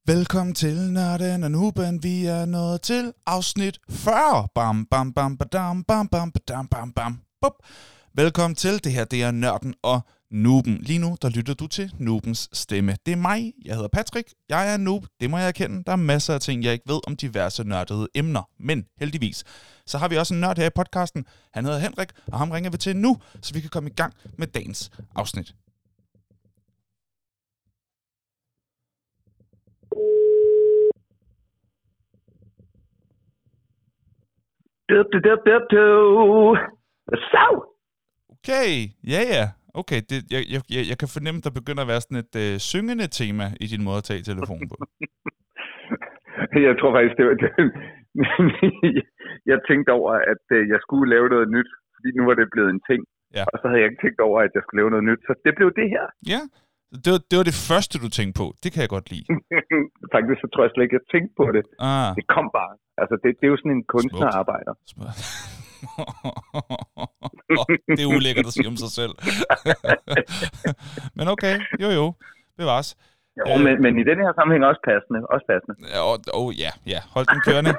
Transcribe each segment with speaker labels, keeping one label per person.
Speaker 1: Velkommen til Nørden og Nuben. Vi er nået til afsnit 40. Bam, bam, bam, badam, bam, bam, badam, bam, bam. Bup. Velkommen til. Det her, det er Nørden og Nuben. Lige nu, der lytter du til Nubens stemme. Det er mig. Jeg hedder Patrick. Jeg er noob. Det må jeg erkende. Der er masser af ting, jeg ikke ved om diverse nørdede emner. Men heldigvis, så har vi også en nørd her i podcasten. Han hedder Henrik, og ham ringer vi til nu, så vi kan komme i gang med dagens afsnit.
Speaker 2: Så!
Speaker 1: Okay, ja. Okay, jeg kan fornemme, der begynder at være sådan et syngende tema i din måde at tage telefonen på.
Speaker 2: Jeg tror faktisk, det var det. Jeg tænkte over, at jeg skulle lave noget nyt, fordi nu var det blevet en ting.
Speaker 1: Ja.
Speaker 2: Og så havde jeg ikke tænkt over, at jeg skulle lave noget nyt, så det blev det her.
Speaker 1: Ja, det var det første, du tænkte på. Det kan jeg godt lide.
Speaker 2: Faktisk så tror jeg slet ikke, jeg tænkte på det. Det kom bare. Altså, det er jo sådan en kunstnerarbejder.
Speaker 1: Det er ulækkert at sige om sig selv. Men okay, jo, det var også.
Speaker 2: Jo, men i den her sammenhæng også passende.
Speaker 1: Ja, hold den kørende.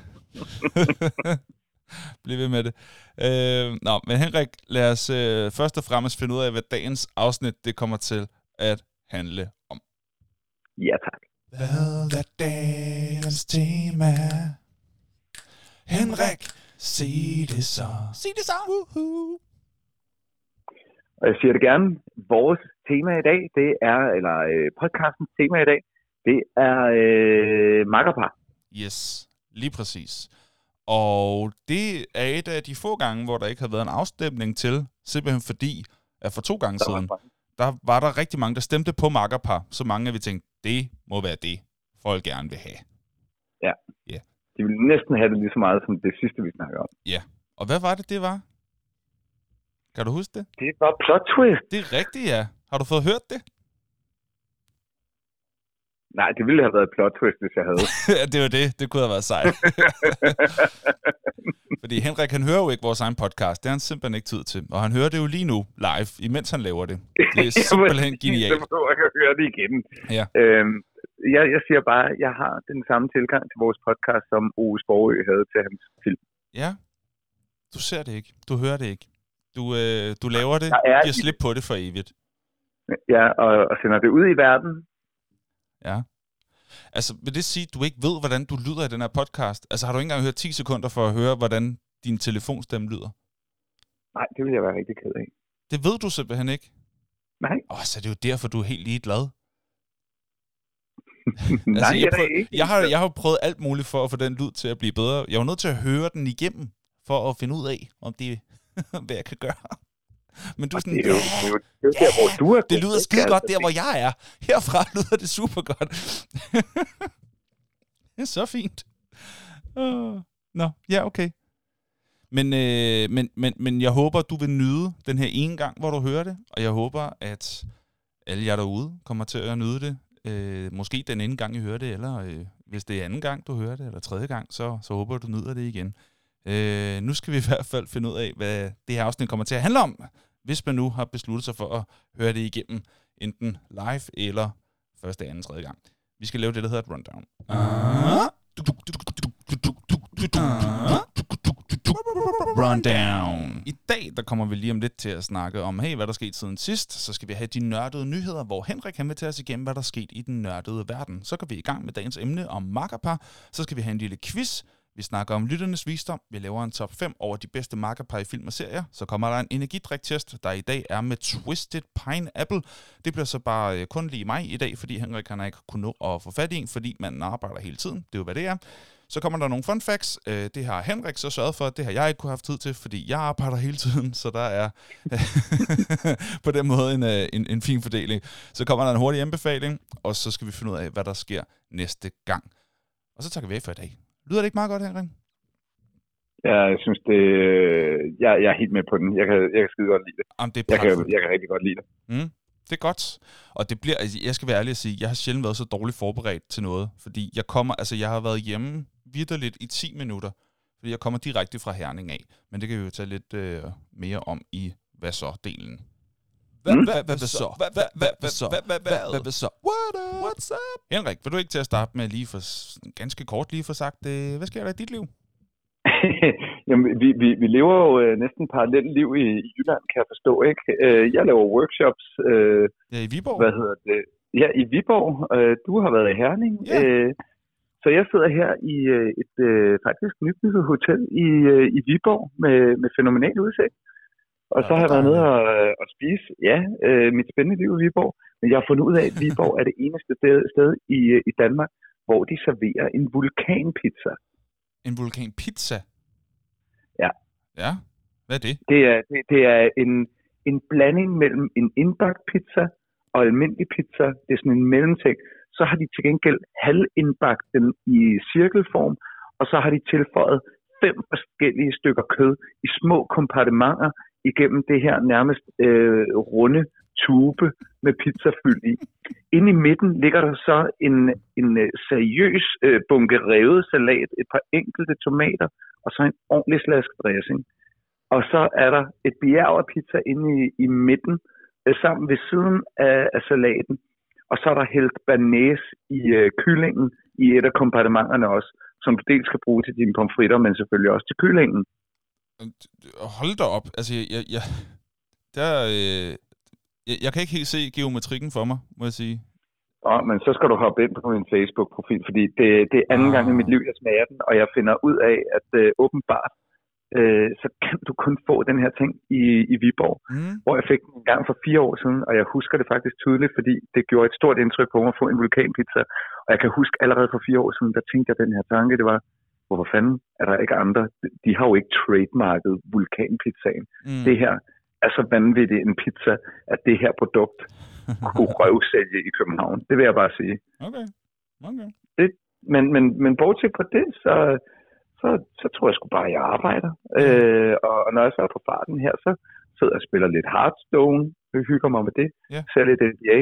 Speaker 1: Bliv ved med det. Men Henrik, lad os først og fremmest finde ud af, hvad dagens afsnit det kommer til at handle om.
Speaker 2: Ja, tak.
Speaker 1: Hvad er dagens tema? Henrik, sig det så. Woohoo.
Speaker 2: Og jeg siger det gerne. Vores tema i dag, det er, eller podcastens tema i dag, det er makkerpar.
Speaker 1: Yes, lige præcis. Og det er et af de få gange, hvor der ikke har været en afstemning til, simpelthen fordi, at for 2 gange siden, der var der rigtig mange, der stemte på makkerpar, så mange af vi tænkte, det må være det, folk gerne vil have.
Speaker 2: Ja.
Speaker 1: Ja.
Speaker 2: De ville næsten have det lige så meget, som det sidste, vi snakker om.
Speaker 1: Ja. Og hvad var det var? Kan du huske det?
Speaker 2: Det var plot twist.
Speaker 1: Det er rigtigt, ja. Har du fået hørt det?
Speaker 2: Nej, det ville have været plot twist, hvis jeg havde.
Speaker 1: Det var det. Det kunne have været sejt. Fordi Henrik, han hører jo ikke vores egen podcast. Det har han simpelthen ikke tid til. Og han hører det jo lige nu live, imens han laver det. Det er simpelthen genialt.
Speaker 2: Så må jeg høre det igen.
Speaker 1: Ja.
Speaker 2: Jeg siger bare, at jeg har den samme tilgang til vores podcast, som Ove Sprogøe havde til hans film.
Speaker 1: Ja. Du ser det ikke. Du hører det ikke. Du laver det, giver slip på det for evigt.
Speaker 2: Ja, og sender det ud i verden.
Speaker 1: Ja. Altså, vil det sige, at du ikke ved, hvordan du lyder i den her podcast? Altså, har du ikke engang hørt 10 sekunder for at høre, hvordan din telefonstemme lyder?
Speaker 2: Nej, det vil jeg være rigtig ked af.
Speaker 1: Det ved du simpelthen ikke?
Speaker 2: Nej.
Speaker 1: Så det er jo derfor, du er helt ligeglad.
Speaker 2: Nej,
Speaker 1: jeg har prøvet alt muligt for at få den lyd til at blive bedre. Jeg var nødt til at høre den igennem, for at finde ud af, om det hvad jeg kan gøre. Men du er sådan,
Speaker 2: der, hvor du er.
Speaker 1: Det lyder skide godt der, hvor jeg er. Herfra lyder det super godt. Det er så fint. Ja, okay. Men jeg håber, du vil nyde den her ene gang, hvor du hører det. Og jeg håber, at alle jer derude kommer til at nyde det. Måske den ene gang, I hører det, eller hvis det er anden gang, du hører det, eller tredje gang, så håber du nyder det igen. Nu skal vi i hvert fald finde ud af, hvad det her afsnit kommer til at handle om, hvis man nu har besluttet sig for at høre det igennem, enten live eller første, anden, tredje gang. Vi skal lave det, der hedder et rundown. Rundown. I dag, der kommer vi lige om lidt til at snakke om, hey, hvad der skete siden sidst. Så skal vi have de nørdede nyheder, hvor Henrik kan til os igennem, hvad der skete i den nørdede verden. Så går vi i gang med dagens emne om makkerpar. Så skal vi have en lille quiz. Vi snakker om lytternes visdom. Vi laver en top 5 over de bedste makkerpar i film og serier. Så kommer der en energidriktest, der i dag er med Twisted Pineapple. Det bliver så bare kun lige mig i dag, fordi Henrik kan ikke kunne nå at få fat i en, fordi man arbejder hele tiden. Det er jo, hvad det er. Så kommer der nogle fun facts. Det har Henrik så sørget for. Det har jeg ikke kunne have haft tid til, fordi jeg arbejder hele tiden. Så der er på den måde en fin fordeling. Så kommer der en hurtig anbefaling, og så skal vi finde ud af, hvad der sker næste gang. Og så takker vi af for i dag. Lyder det ikke meget godt, Henrik?
Speaker 2: Ja, jeg synes det... Jeg er helt med på den. Jeg kan skide godt lide det.
Speaker 1: Jamen, det
Speaker 2: jeg kan rigtig godt lide det.
Speaker 1: Det er godt. Og det bliver... Altså, jeg skal være ærlig at sige, jeg har sjældent været så dårligt forberedt til noget. Fordi jeg har været hjemme vitterligt i 10 minutter. Fordi jeg kommer direkte fra Herning af. Men det kan vi jo tage lidt mere om i hvad så-delen. Hvad så? What's up? Henrik, vil du ikke til at starte med ganske kort lige for sagt, hvad sker der i dit liv?
Speaker 2: Jamen, vi lever jo næsten parallelt liv i Jylland, kan jeg forstå, ikke? Jeg laver workshops.
Speaker 1: I Viborg?
Speaker 2: Hvad hedder det? Ja, i Viborg. Du har været i Herning.
Speaker 1: Ja.
Speaker 2: Så jeg sidder her i et faktisk nybygget hotel i Viborg med fænomenal udsigt. Og så har jeg været nede og spise, mit spændende liv i Viborg. Men jeg har fundet ud af, at Viborg er det eneste sted i Danmark, hvor de serverer en vulkanpizza.
Speaker 1: En vulkanpizza?
Speaker 2: Ja.
Speaker 1: Ja? Hvad er det?
Speaker 2: Det er en blanding mellem en indbagt pizza og almindelig pizza. Det er sådan en mellemting. Så har de til gengæld halvindbagt den i cirkelform, og så har de tilføjet 5 forskellige stykker kød i små kompartimenter igennem det her nærmest runde tube med pizzafyld i. Inde i midten ligger der så en seriøs bunke revet salat, et par enkelte tomater, og så en ordentlig slask dressing. Og så er der et bjerg af pizza inde i midten, sammen ved siden af salaten. Og så er der hældt banæs i kyllingen i et af kompartimenterne også, som du dels skal bruge til dine pomfritter, men selvfølgelig også til kyllingen.
Speaker 1: Hold da op. Altså, jeg kan ikke helt se geometrikken for mig, må jeg sige.
Speaker 2: Ja, men så skal du hoppe ind på min Facebook-profil, fordi det er anden gang i mit liv, jeg smager den, og jeg finder ud af, at åbenbart, så kan du kun få den her ting i Viborg, hvor jeg fik den en gang for 4 år siden, og jeg husker det faktisk tydeligt, fordi det gjorde et stort indtryk på mig at få en vulkanpizza. Og jeg kan huske allerede for 4 år siden, der tænkte jeg den her tanke, det var, hvorfor fanden er der ikke andre? De har jo ikke trademarket vulkanpizzaen. Det her er så vanvittigt en pizza, at det her produkt kunne røvsælge i København. Det vil jeg bare sige.
Speaker 1: Okay.
Speaker 2: Men bortset på det, så tror jeg sgu bare, at jeg arbejder. Og når jeg så er på farten her, så sidder jeg og spiller lidt Hearthstone. Jeg hygger mig med det.
Speaker 1: Yeah.
Speaker 2: Ser lidt NBA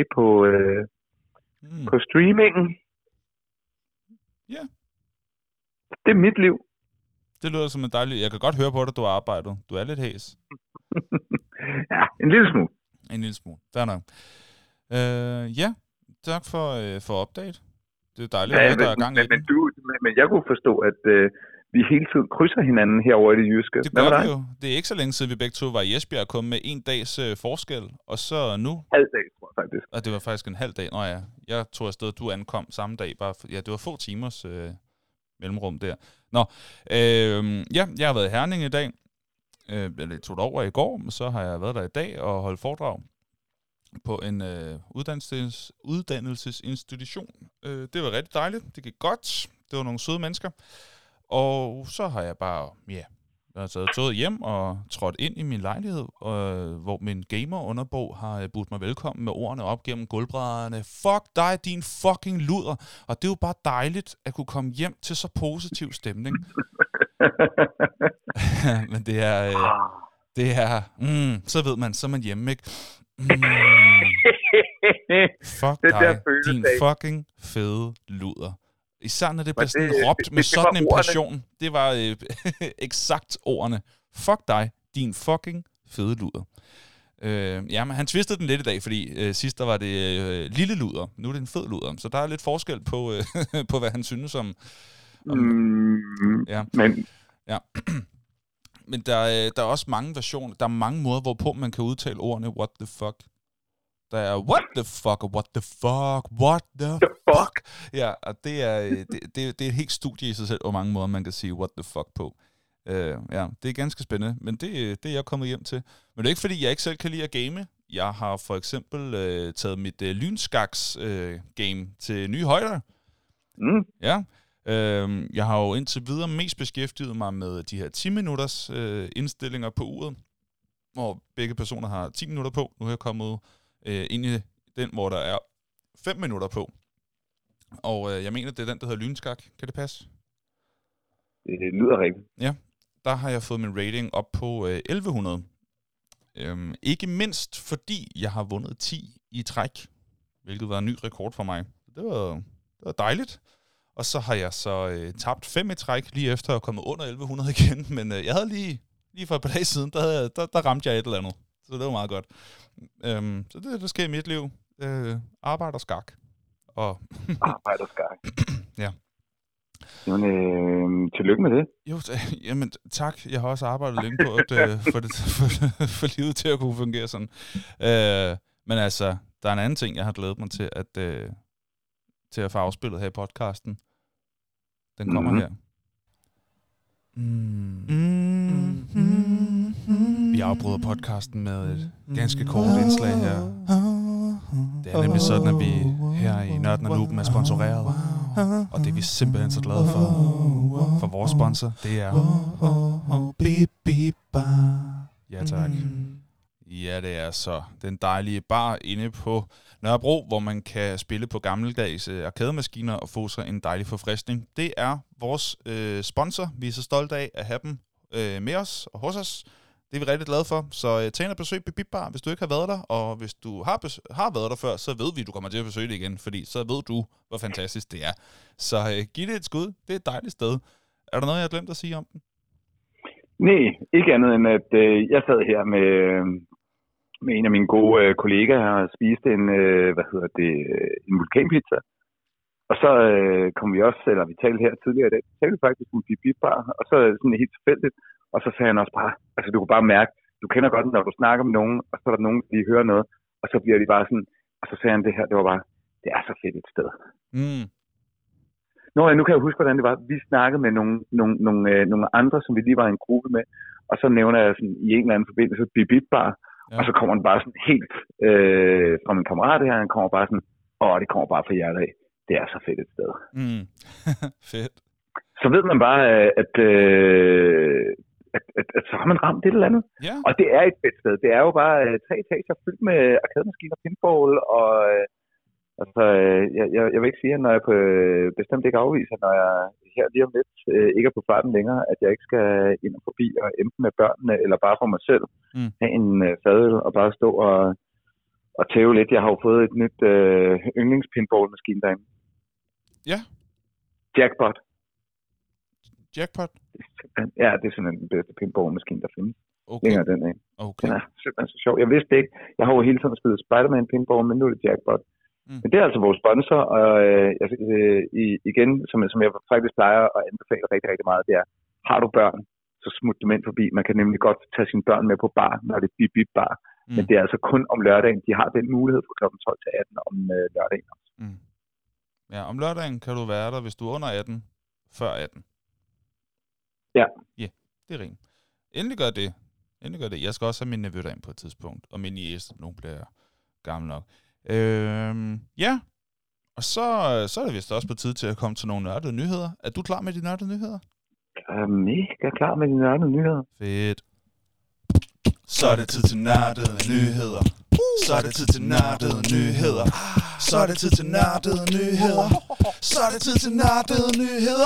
Speaker 2: på streamingen.
Speaker 1: Ja. Yeah.
Speaker 2: Det er mit liv.
Speaker 1: Det lyder som en dejlig... Jeg kan godt høre på dig, du har arbejdet. Du er lidt hæs.
Speaker 2: Ja, en lille smule.
Speaker 1: En lille smule. Fair nok. Ja, tak for update. Det er dejligt, at der er gang i den.
Speaker 2: Men jeg kunne forstå, at vi hele tiden krydser hinanden herovre i det jyske.
Speaker 1: Det gør vi jo. Det er ikke så længe siden, vi begge to var i Esbjerg, kom med 1 dags forskel, og så nu...
Speaker 2: Halv dag, tror jeg faktisk.
Speaker 1: Og det var faktisk en halv dag. Nå ja, jeg tog afsted, du ankom samme dag. Det var få timers mellemrum der. Nå, jeg har været i Herning i dag. Jeg tog det over i går, men så har jeg været der i dag og holdt foredrag på en uddannelsesinstitution. Det var rigtig dejligt. Det gik godt. Det var nogle søde mennesker. Og så har jeg bare, jeg har taget toget hjem og trådt ind i min lejlighed, hvor min gamer-underbog har budt mig velkommen med ordene op gennem gulvbrædderne. Fuck dig, din fucking luder. Og det er jo bare dejligt at kunne komme hjem til så positiv stemning. Men det er så ved man, så er man hjemme, ikke? Fuck dig, din fucking fede luder. Især når det bliver sådan råbt med sådan en passion. Det var eksakt ordene. Fuck dig, din fucking fede luder. Men han tvistede den lidt i dag, fordi sidst der var det lille luder. Nu er det en fed luder. Så der er lidt forskel på, på hvad han synes om ja. Men der er også mange versioner. Der er mange måder, hvorpå man kan udtale ordene what the fuck. Der er what the fuck, og what the fuck. Ja, og det er et helt studie i sig selv, hvor mange måder man kan sige what the fuck på. Ja, det er ganske spændende, men det er jeg kommet hjem til. Men det er ikke, fordi jeg ikke selv kan lide at game. Jeg har for eksempel taget mit lynskaks game til nye højder. Ja. Jeg har jo indtil videre mest beskæftiget mig med de her 10 minutters indstillinger på uret, hvor begge personer har 10 minutter på. Nu har jeg kommet ind i den, hvor der er 5 minutter på. Og jeg mener, det er den, der hedder lynskak. Kan det passe?
Speaker 2: Det lyder rigtigt.
Speaker 1: Ja, der har jeg fået min rating op på 1100. Ikke mindst fordi jeg har vundet 10 i træk, hvilket var en ny rekord for mig. Det var dejligt. Og så har jeg så tabt 5 i træk, lige efter at komme under 1100 igen. Men jeg havde lige for et par dage siden, der ramte jeg et eller andet. Så det var meget godt. Så det, der sker i mit liv. Arbejde og skak.
Speaker 2: Arbejde og skak.
Speaker 1: Ja.
Speaker 2: Jamen, tillykke med det.
Speaker 1: Jo, jamen tak. Jeg har også arbejdet længe på at få livet til at kunne fungere sådan. Men altså, der er en anden ting, jeg har glædet mig til at få afspillet her i podcasten. Den kommer her. Vi afbryder podcasten med et ganske kort indslag her. Det er nemlig sådan, at vi her i Nørden og Nuben er sponsoreret. Og det er vi simpelthen så glade for vores sponsor. Det er Ja tak. Ja, det er så den dejlige bar inde på Nørrebro, hvor man kan spille på gammeldags arkademaskiner og få sig en dejlig forfriskning. Det er vores sponsor. Vi er så stolte af at have dem med os og hos os. Det er vi rigtig glade for. Så tag ind og besøg Bip Bip Bar, hvis du ikke har været der. Og hvis du har været der før, så ved vi, at du kommer til at besøge det igen. Fordi så ved du, hvor fantastisk det er. Så giv det et skud. Det er et dejligt sted. Er der noget, jeg har glemt at sige om den?
Speaker 2: Nej, ikke andet end, at jeg sad her med en af mine gode kollegaer og spiste en vulkanpizza. Og så kom vi også, eller vi talte her tidligere i dag, talte faktisk om Bip Bip Bar, og så sådan helt tilfældigt. Og så sagde han også bare, altså du kunne bare mærke, du kender godt, når du snakker med nogen, og så er der nogen, der lige hører noget, og så bliver de bare sådan, og så sagde han det her, det var bare, det er så fedt et sted. Nu kan jeg huske, hvordan det var. Vi snakkede med nogle andre, som vi lige var i en gruppe med, og så nævner jeg sådan, i en eller anden forbindelse Bip Bip Bar, og så kommer den bare sådan helt fra min kammerat her, han kommer bare sådan, det kommer bare fra hjertet af. Det er så fedt et sted.
Speaker 1: Fedt.
Speaker 2: Så ved man bare, at så har man ramt et eller andet.
Speaker 1: Yeah.
Speaker 2: Og det er et fedt sted. Det er jo bare 3 etager fyldt med arkademaskiner, pinball, og jeg vil ikke sige, at når jeg bestemt ikke afviser, når jeg her lige om lidt ikke er på farten længere, at jeg ikke skal ind og forbi og enten med børnene, eller bare for mig selv, have en fadøl og bare stå og tæve lidt. Jeg har jo fået et nyt yndlingspinballmaskine derinde.
Speaker 1: Ja.
Speaker 2: Jackpot.
Speaker 1: Jackpot?
Speaker 2: Ja, det er simpelthen den bedste pinballmaskine, der findes.
Speaker 1: Okay.
Speaker 2: Længere den af.
Speaker 1: Okay.
Speaker 2: Den er simpelthen så sjov. Jeg vidste ikke. Jeg har jo hele tiden spillet Spider-Man pinball, men nu er det Jackpot. Men det er altså vores sponsor, og igen, som jeg faktisk plejer at anbefale rigtig, rigtig meget, det er, har du børn, så smut dem ind forbi. Man kan nemlig godt tage sine børn med på bar, når det er Bip Bip Bar. Men det er altså kun om lørdagen. De har den mulighed fra kl. 12 til 18 om lørdagen.
Speaker 1: Ja, om lørdagen kan du være der, hvis du er under 18, før 18.
Speaker 2: Ja.
Speaker 1: Ja, det er rent. Endelig gør det. Jeg skal også have min nevø derind på et tidspunkt, og min niece, nu bliver jeg gammel nok. Ja, og så er det vist også på tid til at komme til nogle nørdede nyheder. Er du klar med de nørdede nyheder?
Speaker 2: Jeg er mega klar med de nørdede nyheder.
Speaker 1: Fedt. Så er det tid til nørdede nyheder. Så er det tid til nørdede nyheder. Så er det tid til nørdede nyheder. Så er det tid til nørdede nyheder.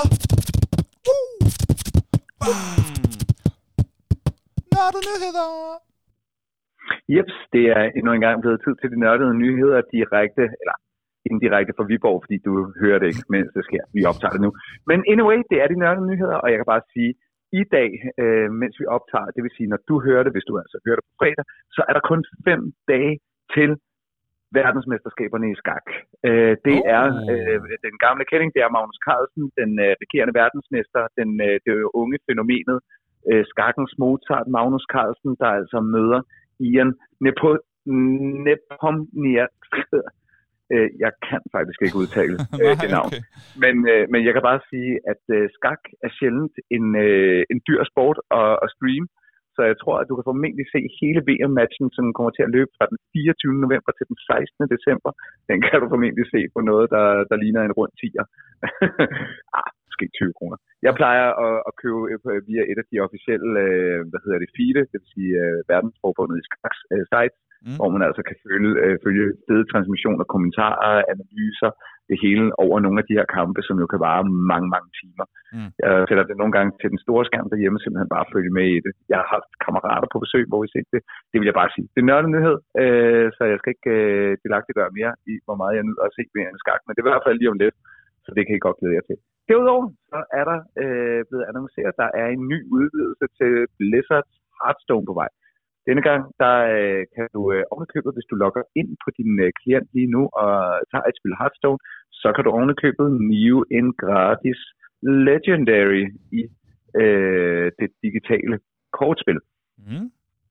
Speaker 1: Nørdede nyheder.
Speaker 2: Jeps, det er endnu engang blevet tid til de nørdede nyheder direkte, eller indirekte fra Viborg, fordi du hører det ikke, mens det sker. Vi optager det nu. Men anyway, det er de nørdede nyheder, og jeg kan bare sige, i dag, mens vi optager, det vil sige, når du hører det, hvis du altså hører det på fredag, så er der kun 5 dage til verdensmesterskaberne i skak. Det er den gamle kending, det er Magnus Carlsen, den regerende verdensmester, det unge fænomenet, skakkens Mozart, Magnus Carlsen, der altså møder Ian Nepomniachtchi. Jeg kan faktisk ikke udtale det navn. Okay. Men jeg kan bare sige, at skak er sjældent en dyr sport at streame. Så jeg tror, at du kan formentlig se hele VM-matchen, som kommer til at løbe fra den 24. november til den 16. december. Den kan du formentlig se på noget, der ligner en rund 10'er. Måske 20 kroner. Jeg plejer at købe via et af de officielle, FIDE, det vil sige Verdensforbundet i Skaks sites, hvor man altså kan følge fede transmissioner, kommentarer, analyser, det hele over nogle af de her kampe, som jo kan vare mange, mange timer. Jeg sætter det nogle gange til den store skærm derhjemme, simpelthen bare følge med i det. Jeg har haft kammerater på besøg, hvor vi set det. Det vil jeg bare sige. Det er nørdet nyhed, så jeg skal ikke delagtiggøre mere i, hvor meget jeg nyder at se ved en skak, men det er i hvert fald lige om lidt, så det kan I godt glæde jer til. Derudover så er der blevet annonceret, at der er en ny udvidelse til Blizzards Hearthstone på vej. Denne gang, der kan du ovenikøbet, hvis du logger ind på din klient lige nu og tager et spil Hearthstone, så kan du ovenikøbet nive en gratis Legendary i det digitale kortspil.
Speaker 1: Mm.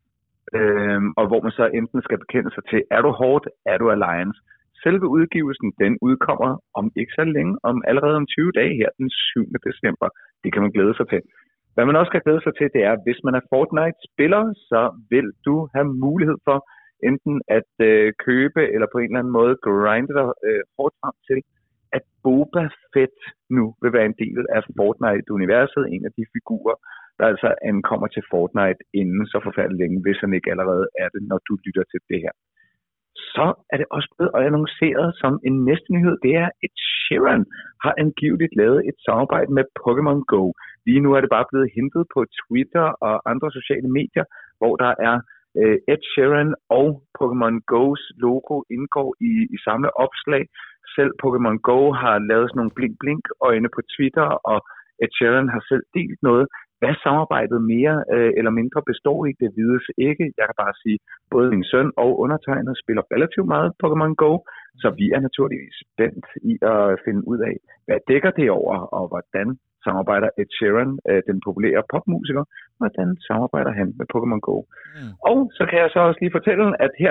Speaker 2: Og hvor man så enten skal bekende sig til, er du Horde, er du Alliance. Selve udgivelsen, den udkommer om ikke så længe, allerede om 20 dage her, den 7. december. Det kan man glæde sig til. Hvad man også kan glæde sig til, det er, at hvis man er Fortnite-spiller, så vil du have mulighed for enten at købe eller på en eller anden måde grinde dig hårdt frem til, at Boba Fett nu vil være en del af Fortnite-universet, en af de figurer, der altså ankommer til Fortnite inden så forfærdeligt længe, hvis han ikke allerede er det, når du lytter til det her. Så er det også blevet annonceret som en næste nyhed. Det er, Ed Sheeran har angiveligt lavet et samarbejde med Pokémon Go. Lige nu er det bare blevet hentet på Twitter og andre sociale medier, hvor der er Ed Sheeran og Pokémon Go's logo indgår i samme opslag. Selv Pokémon Go har lavet sådan nogle blink-blink-øjne på Twitter, og Ed Sheeran har selv delt noget. Hvad samarbejdet mere eller mindre består i, det vides ikke. Jeg kan bare sige, både min søn og undertegnet spiller relativt meget Pokémon Go, så vi er naturligvis spændt i at finde ud af, hvad dækker det over, og hvordan samarbejder Ed Sheeran, den populære popmusiker, hvordan samarbejder han med Pokémon Go. Mm. Og så kan jeg så også lige fortælle, at her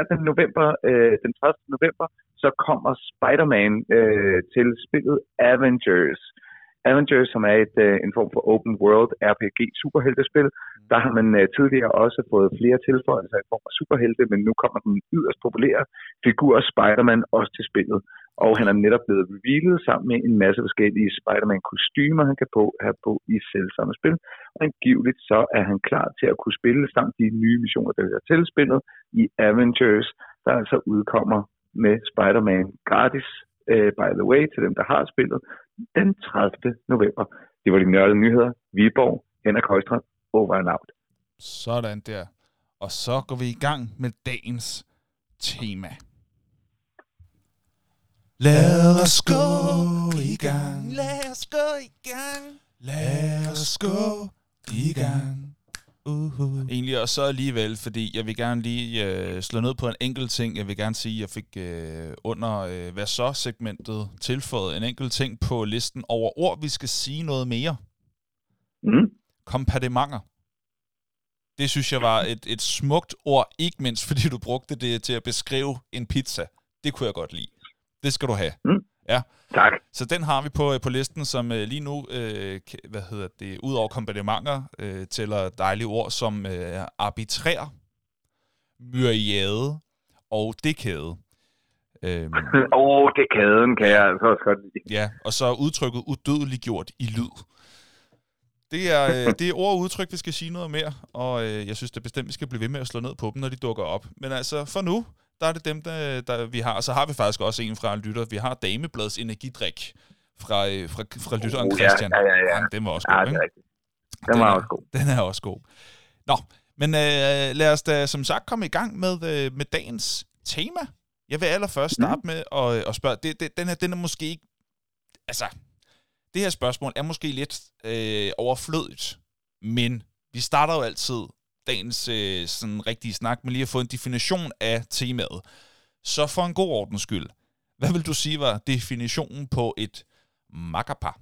Speaker 2: den 30. november, så kommer Spider-Man til spillet Avengers. Avengers, som er en form for open world RPG superheltespil. Der har man tidligere også fået flere tilføjelser i form af superhelte, men nu kommer den yderst populære figur Spider-Man også til spillet. Og han er netop blevet revealet sammen med en masse forskellige Spider-Man-kostymer, han kan have på i selvsamme spil. Og angiveligt så er han klar til at kunne spille samt de nye missioner, der er til spillet i Avengers, der altså udkommer med Spider-Man gratis. By the way, til dem, der har spillet, den 30. november. Det var de nørdede nyheder. Viborg, Henrik Højstrøm, over and out.
Speaker 1: Sådan der. Og så går vi i gang med dagens tema. Lad os gå i gang. Lad os gå i gang. Lad os gå i gang. Egentlig også så alligevel, fordi jeg vil gerne lige slå ned på en enkelt ting. Jeg vil gerne sige, at jeg fik under hvad så-segmentet tilføjet en enkelt ting på listen over ord, vi skal sige noget mere. Kompartimenter. Det synes jeg var et smukt ord, ikke mindst fordi du brugte det til at beskrive en pizza. Det kunne jeg godt lide. Det skal du have. Ja.
Speaker 2: Tak.
Speaker 1: Så den har vi på listen, som lige nu, ud over kompartimenter, tæller dejlige ord som arbitrær, myriade og dekade.
Speaker 2: Dekaden kan jeg altså også godt lide.
Speaker 1: Ja, og så udtrykket udødeliggjort i lyd. Det er ord og udtryk, vi skal sige noget mere, og jeg synes det bestemt, vi skal blive ved med at slå ned på dem, når de dukker op. Men altså, for nu, der er det dem, der vi har. Og så har vi faktisk også en fra en lytter. Vi har Damebladets energidrik fra lytteren Christian.
Speaker 2: Ja.
Speaker 1: Den var også god, ikke?
Speaker 2: Den var også god. Den
Speaker 1: er også god. Nå, men lad os da som sagt komme i gang med dagens tema. Jeg vil allerførst starte med at spørge. Den er måske ikke... Altså, det her spørgsmål er måske lidt overflødigt, men vi starter jo altid dagens sådan rigtige snak med lige at få en definition af temaet. Så for en god ordens skyld, hvad vil du sige var definitionen på et makkerpar?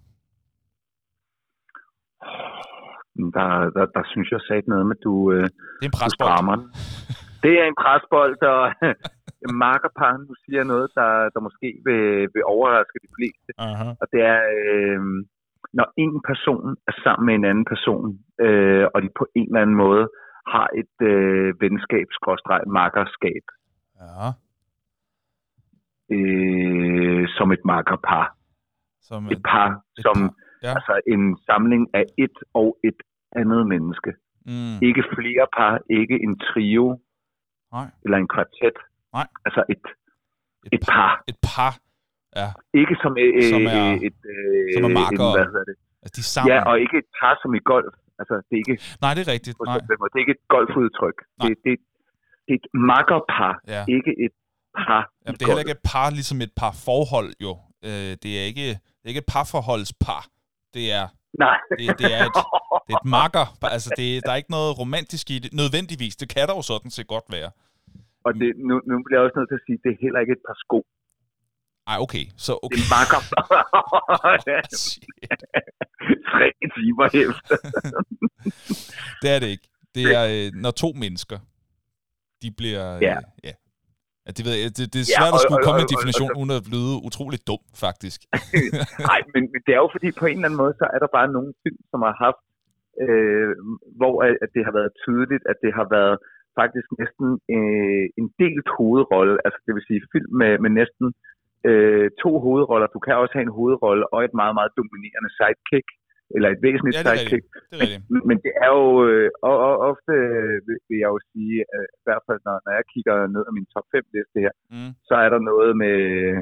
Speaker 2: Der synes jeg sagde noget med, du
Speaker 1: det er en presbold.
Speaker 2: Det er en presbold, og makkerpar, du siger noget, der måske vil overraske de fleste.
Speaker 1: Uh-huh. Og
Speaker 2: det er, når en person er sammen med en anden person, og de på en eller anden måde har et venskab/makkerskab.
Speaker 1: Ja.
Speaker 2: Som et makkerpar. Et par, som altså en samling af et og et andet menneske. Ikke flere par, ikke en trio.
Speaker 1: Nej.
Speaker 2: Eller en kvartet.
Speaker 1: Nej.
Speaker 2: Altså et par.
Speaker 1: Et par, ja.
Speaker 2: Ikke som
Speaker 1: som er makker.
Speaker 2: Hvad hedder det?
Speaker 1: Altså, de sammen.
Speaker 2: Ja, og ikke et par som i golf. Altså, det er ikke...
Speaker 1: Nej, det er rigtigt. Nej.
Speaker 2: Det er ikke et golfudtryk. Det er et makkerpar, ikke et par.
Speaker 1: Jamen, det er heller ikke et par, ligesom et par forhold, jo. Det er ikke et parforholdspar. Det er...
Speaker 2: Nej.
Speaker 1: Det er Det er et makker. Altså, der er ikke noget romantisk i det. Nødvendigvis. Det kan der jo sådan set godt være.
Speaker 2: Og det, nu bliver jeg også nødt til at sige, at det er heller ikke et par sko.
Speaker 1: Ej, okay. Så okay.
Speaker 2: Det er makker. 3 timer efter.
Speaker 1: Det er det ikke. Det er, når to mennesker, de bliver... Ja, det ved jeg. Det er svært at skulle komme med en definition, uden at blive utroligt dum, faktisk.
Speaker 2: Nej, men det er jo fordi, på en eller anden måde, så er der bare nogle film, som har haft, hvor at det har været tydeligt, at det har været faktisk næsten en delt hovedrolle. Altså det vil sige film med næsten 2 hovedroller. Du kan også have en hovedrolle og et meget, meget dominerende sidekick, eller et væsentligt sidekick. Men det er jo ofte, vil jeg jo sige, i hvert fald når jeg kigger ned af min top 5 liste her, så er der noget med,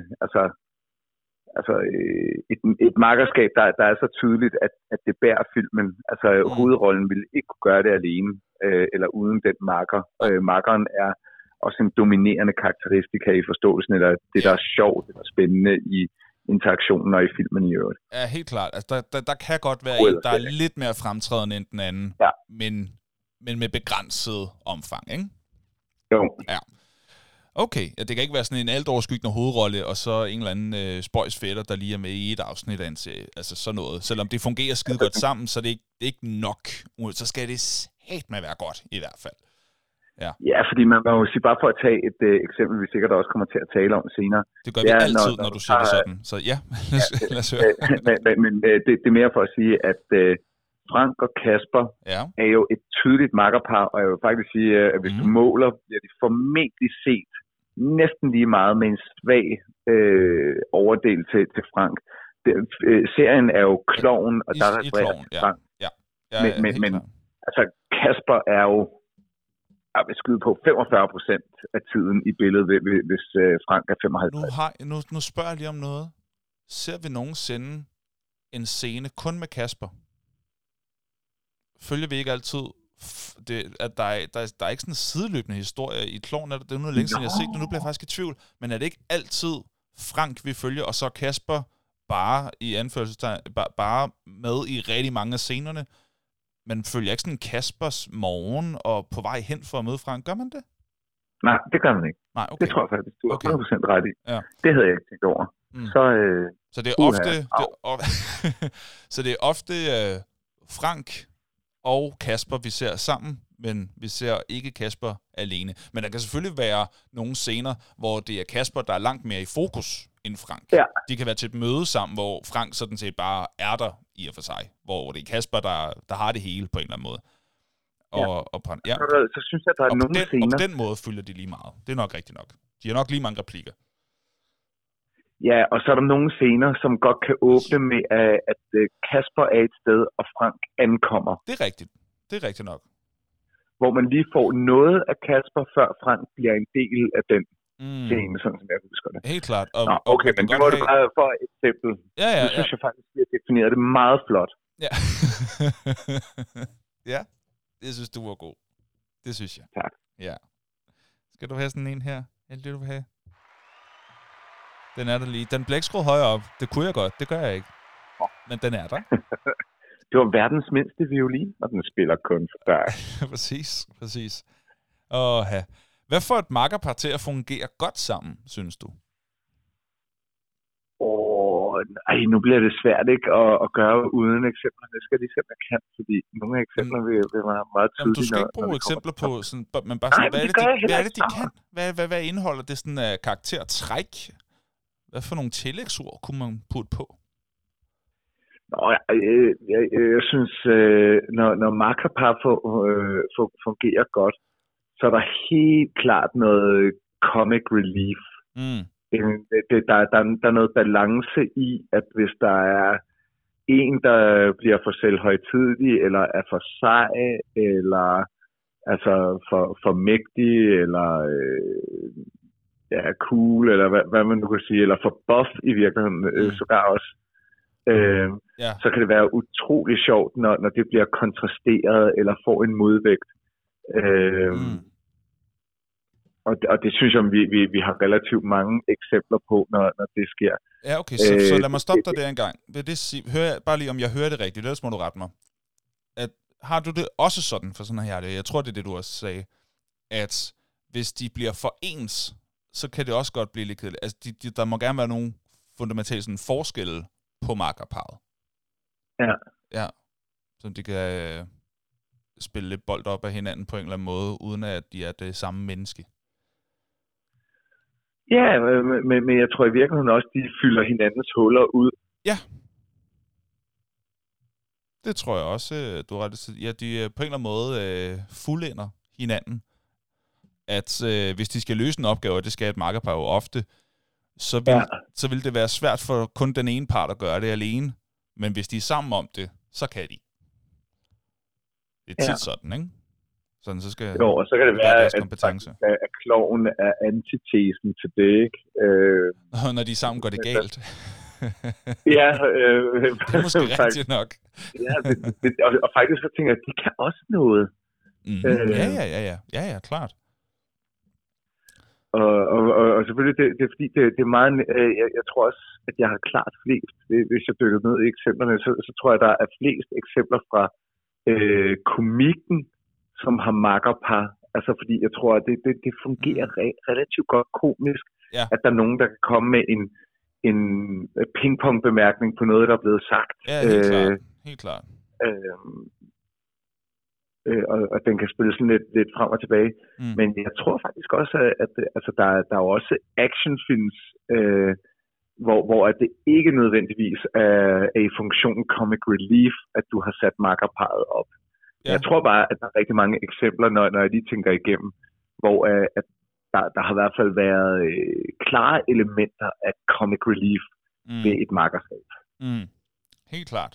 Speaker 2: et makkerskab, der er så tydeligt, at det bærer filmen. Altså hovedrollen ville ikke kunne gøre det alene, eller uden den makker. Makkeren er også en dominerende karakteristika i forståelsen, eller det, der er sjovt, det der er spændende i interaktionen og i filmen i øvrigt.
Speaker 1: Ja, helt klart. Altså, der kan godt være en, der er lidt mere fremtrædende end den anden, men med begrænset omfang, ikke?
Speaker 2: Jo.
Speaker 1: Ja. Okay, det kan ikke være sådan en altoverskyggende hovedrolle, og så en eller anden spøjsfætter, der lige er med i et afsnit af en serie. Altså sådan noget. Selvom det fungerer skide godt sammen, så det er ikke nok. Så skal det satme være godt, i hvert fald.
Speaker 2: Ja, fordi man må jo sige, bare for at tage et eksempel, vi sikkert også kommer til at tale om senere.
Speaker 1: Det gør vi altid, når du siger det sådan. Så ja, lad os høre.
Speaker 2: Men det er mere for at sige, at Frank og Kasper er jo et tydeligt makkerpar, og jeg vil faktisk sige, at hvis du måler, bliver de formentlig set næsten lige meget med en svag overdel til Frank. Serien er jo Klovn, og der refererer til Frank. Men altså, Kasper er jo jeg vil skyde på 45% af tiden i billedet, hvis Frank er 55.
Speaker 1: Nu spørger jeg lige om noget. Ser vi nogensinde en scene kun med Kasper? Følger vi ikke altid, at der er ikke sådan en sideløbende historie i Klovn? Det er noget længe siden, jeg har set det. Nu bliver jeg faktisk i tvivl. Men er det ikke altid Frank, vi følger, og så Kasper bare i anførselstegn, bare med i rigtig mange af scenerne? Man følger ikke sådan Kaspers morgen og på vej hen for at møde Frank. Gør man det?
Speaker 2: Nej, det gør man ikke.
Speaker 1: Nej, okay.
Speaker 2: Det tror jeg faktisk, du har 100% ret i. Ja. Det havde jeg ikke tænkt over.
Speaker 1: Så det er ofte, så det er ofte Frank og Kasper, vi ser sammen, men vi ser ikke Kasper alene. Men der kan selvfølgelig være nogle scener, hvor det er Kasper, der er langt mere i fokus end Frank. Ja. De kan være til et møde sammen, hvor Frank sådan set bare er der i og for sig. Hvor det er Kasper, der har det hele på en eller anden måde.
Speaker 2: Så synes jeg, der er nogle scener.
Speaker 1: Og på den måde følger de lige meget. Det er nok rigtigt nok. De har nok lige mange replikker.
Speaker 2: Ja, og så er der nogle scener, som godt kan åbne med, at Kasper er et sted, og Frank ankommer.
Speaker 1: Det er rigtigt. Det er rigtigt nok.
Speaker 2: Hvor man lige får noget af Kasper, før Frank bliver en del af den scene, sådan som jeg husker det.
Speaker 1: Helt klart.
Speaker 2: Okay, men det må du bare for et eksempel.
Speaker 1: Ja,
Speaker 2: nu synes jeg faktisk, at vi har defineret det meget flot.
Speaker 1: Ja. Ja, det synes du var god. Det synes jeg.
Speaker 2: Tak.
Speaker 1: Ja. Skal du have sådan en her? Er det det, du vil have? Den er der lige. Den bliver ikke skruet højere op. Det kunne jeg godt. Det gør jeg ikke. Men den er der.
Speaker 2: Det var verdens mindste violin, og den spiller kun for dig.
Speaker 1: Præcis. Hvad får et makkerpar til at fungere godt sammen, synes du?
Speaker 2: Nu bliver det svært ikke at gøre uden eksempler. Det skal lige se, jeg kan, fordi nogle af eksemplerne vil være meget tydelige.
Speaker 1: Du skal ikke bruge eksempler på, sådan, men bare sådan, hvad er det, de kan? Hvad indeholder det sådan af karaktertræk? Hvad for nogle tillægsord kunne man putte på?
Speaker 2: Jeg synes, når makkerpar fungerer godt, så er der helt klart noget comic relief. Der er noget balance i, at hvis der er en, der bliver for selvhøjtidig, eller er for sej, eller altså for mægtig, eller cool, eller hvad man nu kan sige, eller for buff i virkeligheden, sågar også. Så kan det være utrolig sjovt, når det bliver kontrasteret, eller får en modvægt. Og det synes jeg, vi har relativt mange eksempler på, når det sker.
Speaker 1: Ja, okay, så lad mig stoppe dig der en gang. Vil det sige, bare lige om jeg hører det rigtigt, ellers må du rette mig. At har du det også sådan for sådan her? Jeg tror, det er det, du også sagde, at hvis de bliver for ens, så kan det også godt blive lidt kedeligt. Altså, der må gerne være nogle fundamentale sådan, forskelle på makkerparret.
Speaker 2: Ja.
Speaker 1: Ja, så de kan spille lidt bold op af hinanden på en eller anden måde, uden at de er det samme menneske.
Speaker 2: Ja, men jeg tror i virkeligheden også, de fylder hinandens huller ud.
Speaker 1: Ja. Det tror jeg også, du har ret til. Ja, de på en eller anden måde fuldender hinanden. At hvis de skal løse en opgave, og det skal et makkerpar jo ofte, så vil det være svært for kun den ene part at gøre det alene. Men hvis de er sammen om det, så kan de. Det er tit sådan, ikke? Sådan, så skal
Speaker 2: og så kan det være, at kloven er antitesen til det, ikke?
Speaker 1: Når de sammen går det galt.
Speaker 2: Ja.
Speaker 1: Det er måske rigtigt nok.
Speaker 2: Ja, og faktisk så tænker jeg, at de kan også noget.
Speaker 1: Ja, klart.
Speaker 2: Og selvfølgelig, det er fordi, det er meget... Jeg tror også, at jeg har klart flest. Hvis jeg dykker ned i eksemplerne, så tror jeg, der er flest eksempler fra komikken, som har makkerpar. Altså fordi jeg tror, at det fungerer relativt godt komisk, at der er nogen, der kan komme med en pingpong-bemærkning på noget, der er blevet sagt.
Speaker 1: Ja, helt klart.
Speaker 2: Og den kan spille sådan lidt frem og tilbage. Men jeg tror faktisk også, at altså, der er også actionfilms, hvor at det ikke nødvendigvis er i funktionen comic relief, at du har sat makkerparret op. Ja. Jeg tror bare, at der er rigtig mange eksempler, når jeg lige tænker igennem, hvor at der har i hvert fald været klare elementer af comic relief ved et makkerskab.
Speaker 1: Helt klart.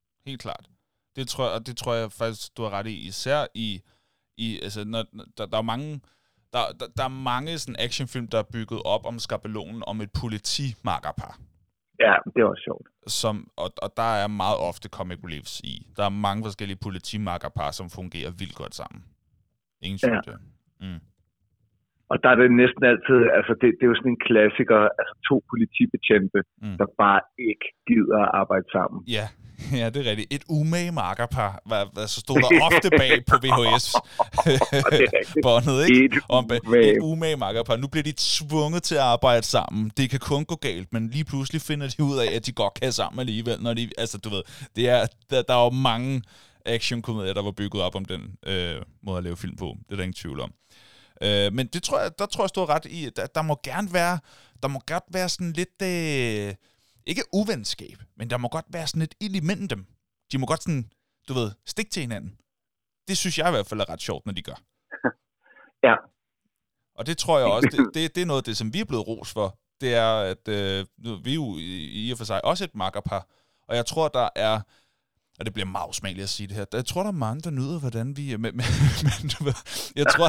Speaker 1: Det tror jeg faktisk, du har ret i. Især i altså, når, der er mange... Der er mange sådan actionfilm, der er bygget op om skabelonen om et politimakkerpar.
Speaker 2: Ja, det er også sjovt.
Speaker 1: Og der er meget ofte comic reliefs i. Der er mange forskellige politimakkerpar, som fungerer vildt godt sammen. Ingen tvivl det.
Speaker 2: Og der er det næsten altid, altså det er jo sådan en klassiker, altså 2 politibetjente, der bare ikke gider at arbejde sammen.
Speaker 1: Ja, det er rigtigt. Et umage makkerpar, så stod der ofte bag på VHS-båndet, ikke? Et umage makkerpar. Nu bliver de tvunget til at arbejde sammen. Det kan kun gå galt, men lige pludselig finder de ud af, at de godt kan sammen alligevel. Når de, altså, du ved, der er jo mange actionkomedier, der var bygget op om den måde at lave film på. Det er der ingen tvivl om. Men der tror jeg stod ret i, at der må godt være sådan lidt, ikke uvenskab, men der må godt være sådan lidt ild imellem dem. De må godt sådan, du ved, stikke til hinanden. Det synes jeg i hvert fald er ret sjovt, når de gør.
Speaker 2: Ja.
Speaker 1: Og det tror jeg også, det er noget af det, som vi er blevet ros for. Det er, at vi er jo i og for sig også et makkerpar, og jeg tror, der er, og det bliver meget usmageligt at sige det her. Jeg tror, der er mange, der nyder, hvordan vi... Men du ved, jeg tror...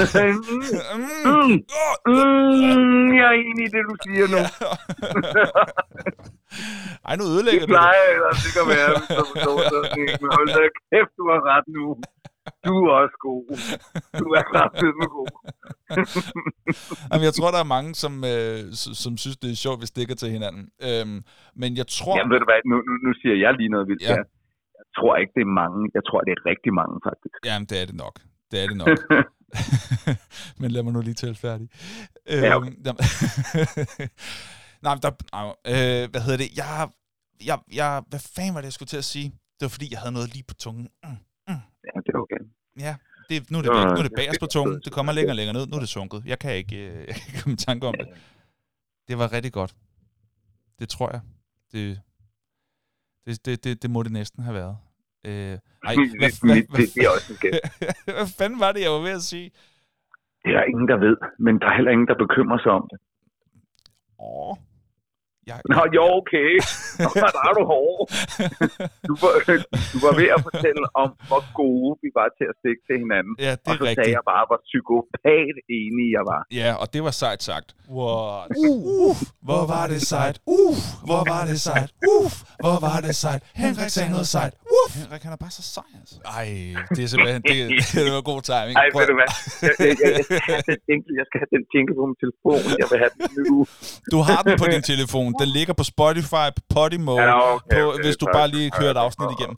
Speaker 2: jeg er enig i det, du siger nu.
Speaker 1: Ej, nu ødelægger du
Speaker 2: det. Det plejer ellers ikke at være, hvis du forstår sådan. Men hold da kæft, du har ret nu. Du er også god. Du er kraftedeme god.
Speaker 1: Jamen, jeg tror, der er mange, som synes, det er sjovt, vi stikker til hinanden. Men jeg tror...
Speaker 2: Jamen, ved du hvad? Nu siger jeg lige noget vildt. Ja. Jeg tror ikke, det er mange. Jeg tror, det er rigtig mange, faktisk.
Speaker 1: Jamen, det er det nok. Men lad mig nu lige tale færdig.
Speaker 2: Ja, okay.
Speaker 1: Hvad hedder det? Hvad fanden var det, jeg skulle til at sige? Det var, fordi jeg havde noget lige på tungen.
Speaker 2: Ja, det er okay.
Speaker 1: Ja, nu er det væk. Nu er det bagerst på tungen. Det kommer længere og længere ned. Nu er det sunket. Jeg kan ikke komme i tanke om det. Det var rigtig godt. Det tror jeg. Det må det næsten have været.
Speaker 2: Det er også en gæld.
Speaker 1: Hvad fanden var det, jeg var ved at sige?
Speaker 2: Det er der ingen, der ved, men der er heller ingen, der bekymrer sig om det. Nå, jo, okay. Nå, der er du hård. Du var ved at fortælle om, hvor gode vi var til at stikke til hinanden.
Speaker 1: Ja, det er
Speaker 2: og så
Speaker 1: rigtigt.
Speaker 2: sagde jeg bare, hvor psykopat enig jeg var.
Speaker 1: Ja, og det var sejt sagt. What? Hvor var det sejt? Hvor var det sejt? Hvor var det sejt? Henrik sagde noget sejt. Henrik, han er bare så sej, altså. Ej, det er simpelthen, det var god timing.
Speaker 2: Ej, ved du hvad? Jeg skal have den jingle på min telefon. Jeg vil have den nu.
Speaker 1: Du har den på din telefon. Den ligger på Spotify, på Podimo, okay, hvis du bare lige kører et afsnit igennem.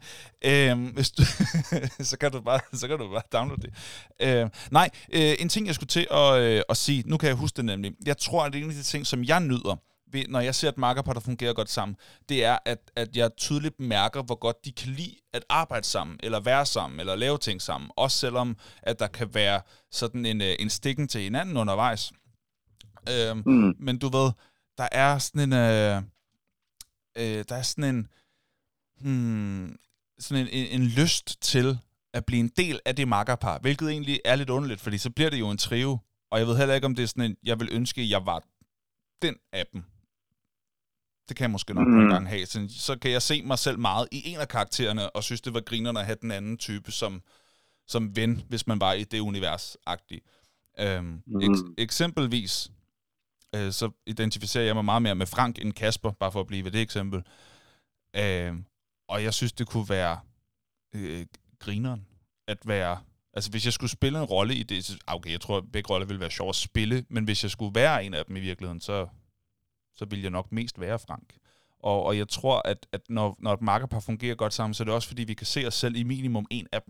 Speaker 1: Så kan du bare downloade det. En ting, jeg skulle til at sige, nu kan jeg huske det nemlig. Jeg tror, at det er en af de ting, som jeg nyder, når jeg ser et makkerpar, der fungerer godt sammen, det er, at jeg tydeligt mærker, hvor godt de kan lide at arbejde sammen, eller være sammen, eller lave ting sammen. Også selvom, at der kan være sådan en stikken til hinanden undervejs. Men du ved, der er sådan en lyst til at blive en del af det makkerpar, hvilket egentlig er lidt underligt, fordi så bliver det jo en trio, og jeg ved heller ikke, om det er sådan jeg vil ønske, at jeg var den af dem. Det kan jeg måske nok nogle gange have. Så kan jeg se mig selv meget i en af karaktererne, og synes, det var grinerne at have den anden type som ven, hvis man var i det univers-agtigt. Eksempelvis, så identificerer jeg mig meget mere med Frank end Kasper, bare for at blive ved det eksempel. Og jeg synes, det kunne være grineren at være... Altså, hvis jeg skulle spille en rolle i det... Okay, jeg tror, at begge roller ville være sjov at spille, men hvis jeg skulle være en af dem i virkeligheden, så ville jeg nok mest være Frank. Og jeg tror, at når et makkerpar fungerer godt sammen, så er det også, fordi vi kan se os selv i minimum en af dem.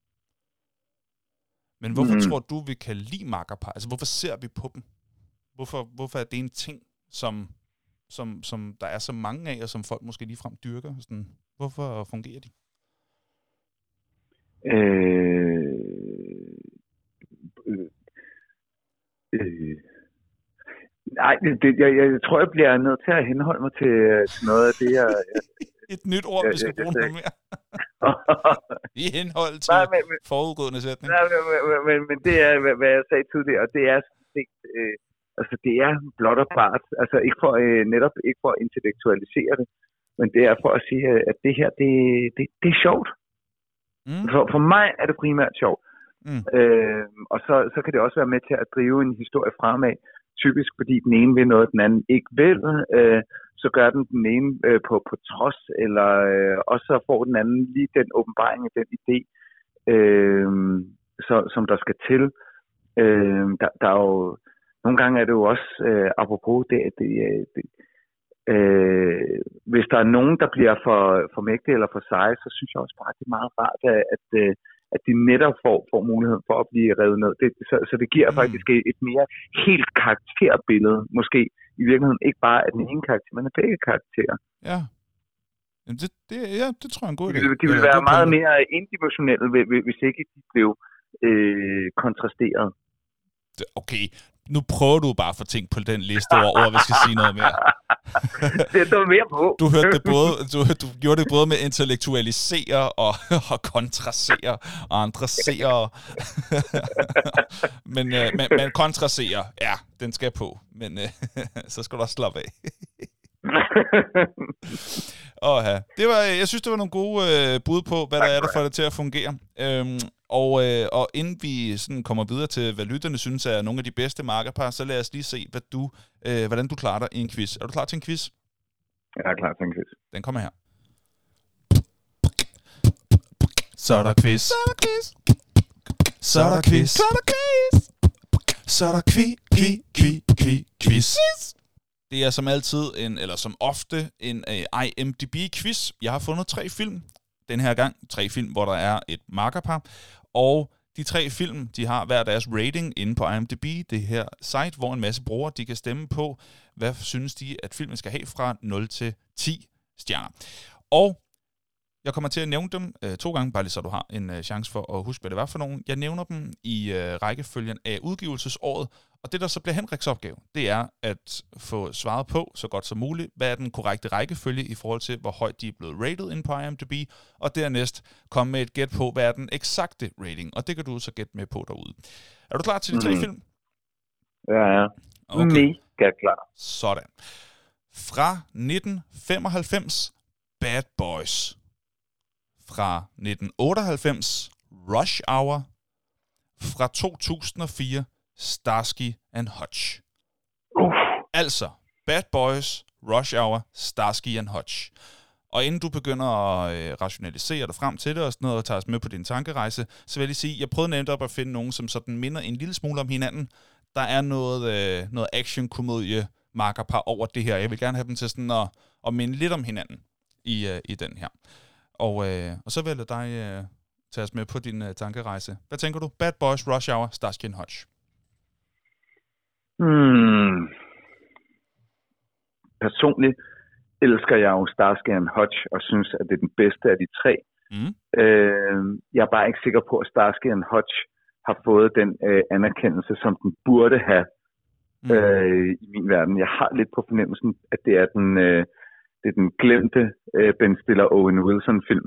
Speaker 1: Men hvorfor tror du, vi kan lide makkerpar? Altså, hvorfor ser vi på dem? Hvorfor er det en ting, som der er så mange af, og som folk måske ligefrem dyrker? Sådan, hvorfor fungerer de?
Speaker 2: Nej, jeg tror, jeg bliver nødt til at henholde mig til noget af det, jeg...
Speaker 1: Et nyt ord, vi skal bruge noget mere. I henhold til forudgående sætning.
Speaker 2: Nej, men det er, hvad jeg sagde tidligere, og det er altså det er blot og bart, altså netop ikke for at intellektualisere det, men det er for at sige, at det her, det er sjovt. For mig er det primært sjovt. Og så kan det også være med til at drive en historie fremad, typisk fordi den ene vil noget, den anden ikke vil, så gør den ene på trods, eller og så får den anden lige den åbenbaring af den idé, som der skal til. Der er jo, nogle gange er det jo også, apropos hvis der er nogen, der bliver for mægtige eller for seje, så synes jeg også bare, at det er meget rart, at de netop får muligheden for at blive revet ned. Så det giver faktisk et mere helt karakterbillede, måske i virkeligheden ikke bare af den ene karakter, men af begge karakterer.
Speaker 1: Ja. Det tror jeg er en god idé.
Speaker 2: De vil være meget mere individuelle, hvis ikke de blev kontrasteret.
Speaker 1: Okay, nu prøver du bare at få ting på den liste over ord, vi skal sige noget mere.
Speaker 2: Det er mere på.
Speaker 1: Du gjorde det både med intellektualisere og kontrasere og andrasere. men kontrasere, ja, den skal på. Men så skal du også slappe af. Jeg synes, det var nogle gode bud på, hvad der er, der får det til at fungere. Og inden vi sådan kommer videre til, hvad lytterne synes er nogle af de bedste makkerpar, så lad os lige se, hvordan du klarer dig i en quiz. Er du klar til en quiz?
Speaker 2: Jeg er klar til en quiz.
Speaker 1: Den kommer her. Så er der quiz. Så er der quiz. Så er der quiz. Så er der quiz. Så er der quiz. Det er som altid, eller som ofte, en IMDb-quiz. Jeg har fundet 3 film. Den her gang 3 film, hvor der er et makkerpar. Og de 3 film, de har hver deres rating inde på IMDb. Det her site, hvor en masse brugere, de kan stemme på, hvad synes de, at filmen skal have fra 0 til 10 stjerner. Og jeg kommer til at nævne dem 2 gange, bare lige så du har en chance for at huske, hvad det var for nogen. Jeg nævner dem i rækkefølgen af udgivelsesåret, og det, der så bliver Henriks opgave, det er at få svaret på, så godt som muligt, hvad er den korrekte rækkefølge i forhold til, hvor højt de er blevet rated inde på IMDb, og dernæst komme med et gæt på, hvad er den eksakte rating, og det kan du så gætte med på derude. Er du klar til de 3 film?
Speaker 2: Ja. Okay. Mega klar.
Speaker 1: Sådan. Fra 1995, Bad Boys. Fra 1998, Rush Hour. Fra 2004, Starsky and Hutch. Altså, Bad Boys, Rush Hour, Starsky and Hutch. Og inden du begynder at rationalisere dig frem til det, og sådan noget, og tager os med på din tankerejse, så vil jeg lige sige, jeg prøvede nemt op at finde nogen, som sådan minder en lille smule om hinanden. Der er noget action-komedie makkerpar over det her. Jeg vil gerne have dem til sådan at minde lidt om hinanden i den her. Og så vil jeg lade dig tage os med på din tankerejse. Hvad tænker du? Bad Boys, Rush Hour, Starsky & Hutch.
Speaker 2: Personligt elsker jeg jo Starsky & Hutch, og synes, at det er den bedste af de tre. Jeg er bare ikke sikker på, at Starsky & Hutch har fået den anerkendelse, som den burde have i min verden. Jeg har lidt på fornemmelsen, at det er den glemte Ben Stiller Owen Wilson-film.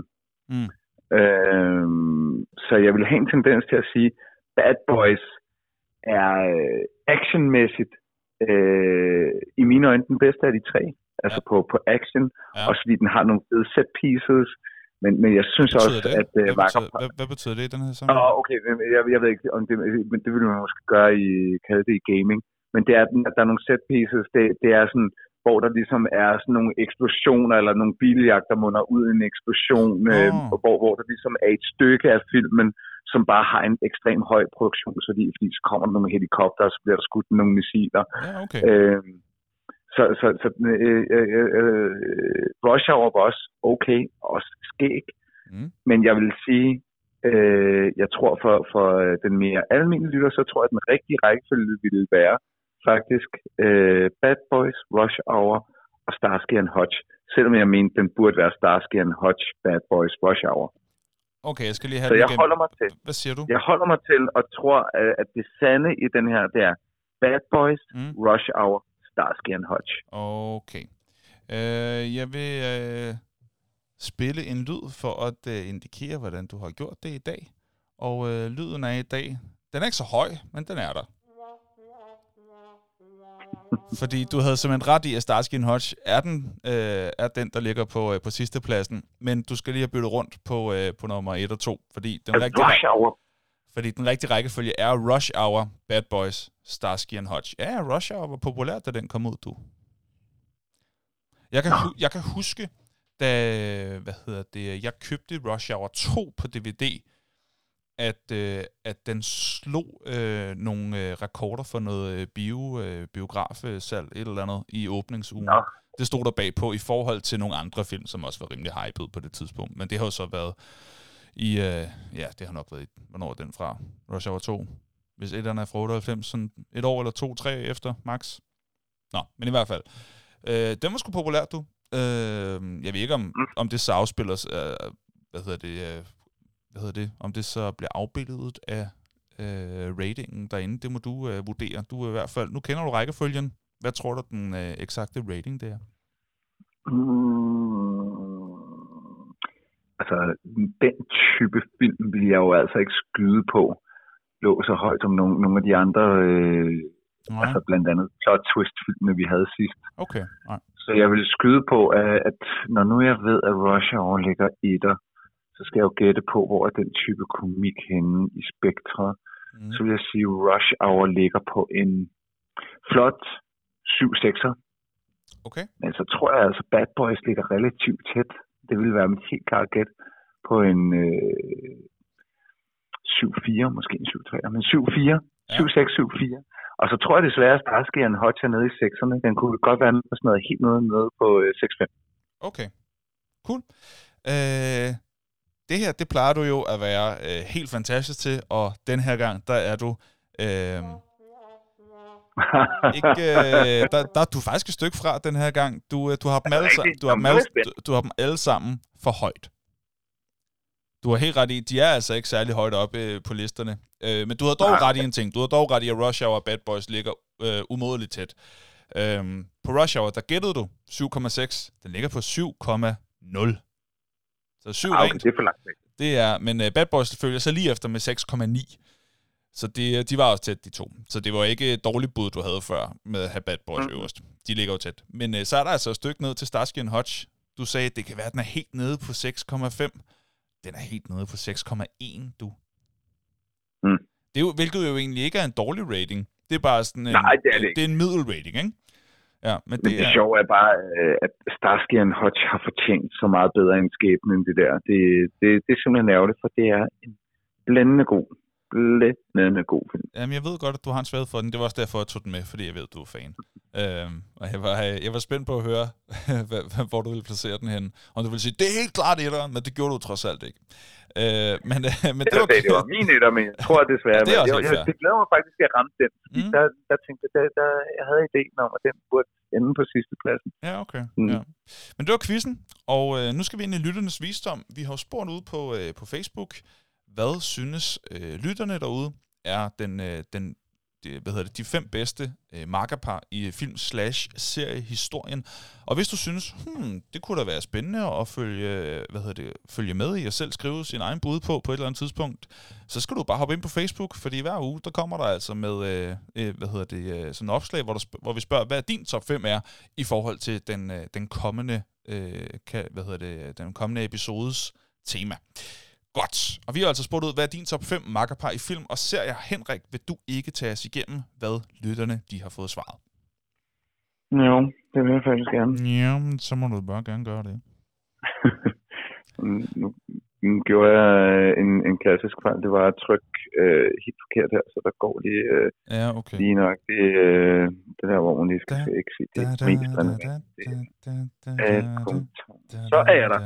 Speaker 2: Så jeg vil have en tendens til at sige, Bad Boys er actionmæssigt i mine øjne den bedste af de tre. Altså på action, også fordi den har nogle fede set pieces, men jeg synes også,
Speaker 1: det?
Speaker 2: at...
Speaker 1: Hvad betyder det i den her sammenhæng?
Speaker 2: Okay, jeg ved ikke, om det, men det ville man måske gøre kalde det i gaming. Men det er, at der er nogle set pieces, det er sådan, hvor der ligesom er sådan nogle eksplosioner, eller nogle biljagter munder ud i en eksplosion, hvor der ligesom er et stykke af filmen, som bare har en ekstrem høj produktionsværdi, fordi så kommer der nogle helikopter, og så bliver der skudt nogle missiler.
Speaker 1: Ja, okay.
Speaker 2: Så Rush Hour var også okay, også skæg, men jeg vil sige, jeg tror for den mere almindelige lytter, så tror jeg, at den rigtige rækkefølge ville være faktisk Bad Boys, Rush Hour og Starsky & Hutch, selvom jeg mente, den burde være Starsky & Hutch, Bad Boys, Rush Hour.
Speaker 1: Okay, jeg skal lige have
Speaker 2: så
Speaker 1: det
Speaker 2: jeg igen. Holder mig til.
Speaker 1: Hvad siger du?
Speaker 2: Jeg holder mig til og tror, at det sande i den her, det er Bad Boys, Rush Hour, Starsky & Hutch.
Speaker 1: Okay. Jeg vil spille en lyd for at indikere, hvordan du har gjort det i dag. Og lyden er i dag, den er ikke så høj, men den er der. Fordi du havde simpelthen ret i, at Starsky & Hutch er den, der ligger på sidste pladsen. Men du skal lige have byttet rundt på nummer 1 og 2. Fordi den rigtige rækkefølge er Rush Hour, Bad Boys, Starsky & Hutch. Ja, Rush Hour var populær, da den kom ud, du. Jeg kan huske, da jeg købte Rush Hour 2 på DVD, at den slog nogle rekorder for noget biografsalg, et eller andet, i åbningsugen. Ja. Det stod der bagpå i forhold til nogle andre film, som også var rimelig hyped på det tidspunkt. Men det har jo så været det har nok været hvornår er den fra? Rush Hour 2. Hvis et eller andet er fra 98, sådan et år eller 2-3 efter, max. Nå, men i hvert fald. Den var sgu populær, du. Jeg ved ikke, om det så afspiller, om det så bliver afbildet af ratingen derinde. Det må du vurdere. Du er i hvert fald, nu kender du rækkefølgen. Hvad tror du, den eksakte rating det er?
Speaker 2: Altså, den type film vil jeg jo altså ikke skyde på, lå så højt som nogle af de andre, altså blandt andet plot twist-filmene, vi havde sidst.
Speaker 1: Okay, nej.
Speaker 2: Så jeg vil skyde på, at når nu jeg ved, at Rush Hour ligger etter, så skal jeg jo gætte på, hvor er den type komik henne i spektret. Så vil jeg sige, at Rush Hour ligger på en flot 7-6'er.
Speaker 1: Okay.
Speaker 2: Men så tror jeg altså, Bad Boys ligger relativt tæt. Det vil være mit helt klart gæt på en 7-4, måske en 7-3'er, men 7-4, 7-6, 7-4. Og så tror jeg desværre, at Starsky & Hutch er nede i 6'erne. Den kunne godt være sådan noget helt nede på 6-5.
Speaker 1: Okay, cool. Det her, det plejer du jo at være helt fantastisk til, og den her gang, der er du... der er du faktisk et stykke fra den her gang. Du har dem alle sammen for højt. Du har helt ret i, de er altså ikke særlig højt oppe på listerne. Men du har dog ret i en ting. Du har dog ret i, at Rush Hour og Bad Boys ligger umådeligt tæt. På Rush Hour, der gættede du 7,6. Den ligger på 7,0. Så 7
Speaker 2: okay, det er for langt væk.
Speaker 1: Det er, men Bad Boys følger så lige efter med 6,9. Så de var også tæt, de to. Så det var ikke et dårligt bud, du havde før med at have Bad Boys øverst. De ligger jo tæt. Men så er der altså et stykke ned til Starsky & Hutch. Du sagde, at det kan være, at den er helt nede på 6,5. Den er helt nede på 6,1, du. Det er jo, hvilket jo egentlig ikke er en dårlig rating. Det er bare sådan en,
Speaker 2: nej, det er det ikke.
Speaker 1: Det er en middelrating, ikke? Ja, men
Speaker 2: det sjove er bare, at Starsky & Hutch har fortjent så meget bedre en skæbne end det der. Det er simpelthen ærgerligt, for det er en blændende god film.
Speaker 1: Jamen, jeg ved godt, at du har en svaghed for den. Det var også derfor, jeg tog den med, fordi jeg ved, at du er fan. Og jeg var spændt på at høre, hvor du ville placere den henne. Om du ville sige, det er helt klart etteren, men det gjorde du trods alt ikke. Men
Speaker 2: det var min etter, men jeg tror desværre.
Speaker 1: Ja, det er også helt fair.
Speaker 2: Det glæder mig faktisk, at jeg ramte den. Der tænkte jeg havde idéen om, at den burde ende på sidste pladsen.
Speaker 1: Ja, okay. Ja. Men det var quizzen, og nu skal vi ind i lytternes visdom. Vi har jo spurgt ud på Facebook, hvad synes lytterne derude er de 5 bedste makkerpar i film/seriehistorien. Og hvis du synes, det kunne da være spændende at følge med i og selv skrive sin egen bud på et eller andet tidspunkt, så skal du bare hoppe ind på Facebook, fordi hver uge, der kommer der altså med sådan en opslag, hvor vi spørger, hvad din top 5 er i forhold til den kommende den kommende episodes tema. Godt. Og vi har altså spurgt ud, hvad er din top 5 makkerpar i film og serier? Henrik, vil du ikke tage os igennem, hvad lytterne de har fået svaret?
Speaker 2: Jo, det vil jeg faktisk gerne.
Speaker 1: Ja, så må du bare gerne gøre det.
Speaker 2: Nu gjorde jeg en klassisk fejl. Det var at trykke helt forkert her, så der går lige nok det der, hvor man lige skal ikke sige det mest. Så er jeg der.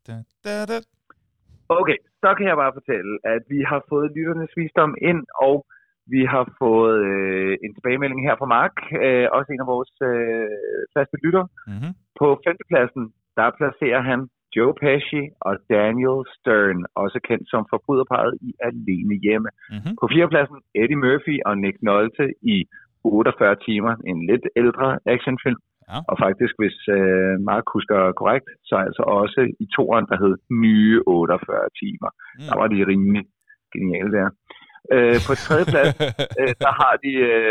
Speaker 2: Okay, så kan jeg bare fortælle, at vi har fået lytternes visdom ind, og vi har fået en tilbagemelding her fra Mark, også en af vores faste lytter. Mm-hmm. På 5. pladsen, der placerer han Joe Pesci og Daniel Stern, også kendt som forbryderparret i Alene Hjemme. Mm-hmm. På 4. pladsen, Eddie Murphy og Nick Nolte i 48 timer, en lidt ældre actionfilm. Ja. Og faktisk, hvis Mark husker korrekt, så altså også i 2'eren, der hed Nye 48 timer. Der var de rimelig geniale der. På 3. plads, der har de,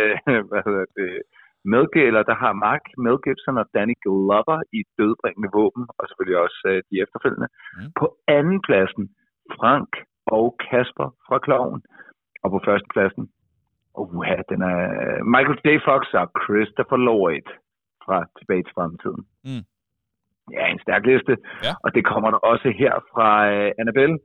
Speaker 2: der har Mark, Mel Gibson og Danny Glover i Dødbringende våben, og selvfølgelig også de efterfølgende. På 2. pladsen, Frank og Kasper fra Klovn. Og på 1. pladsen, den er Michael J. Fox og Christopher Lloyd fra Tilbage til fremtiden. Ja, en stærk liste. Ja. Og det kommer der også her fra Annabelle.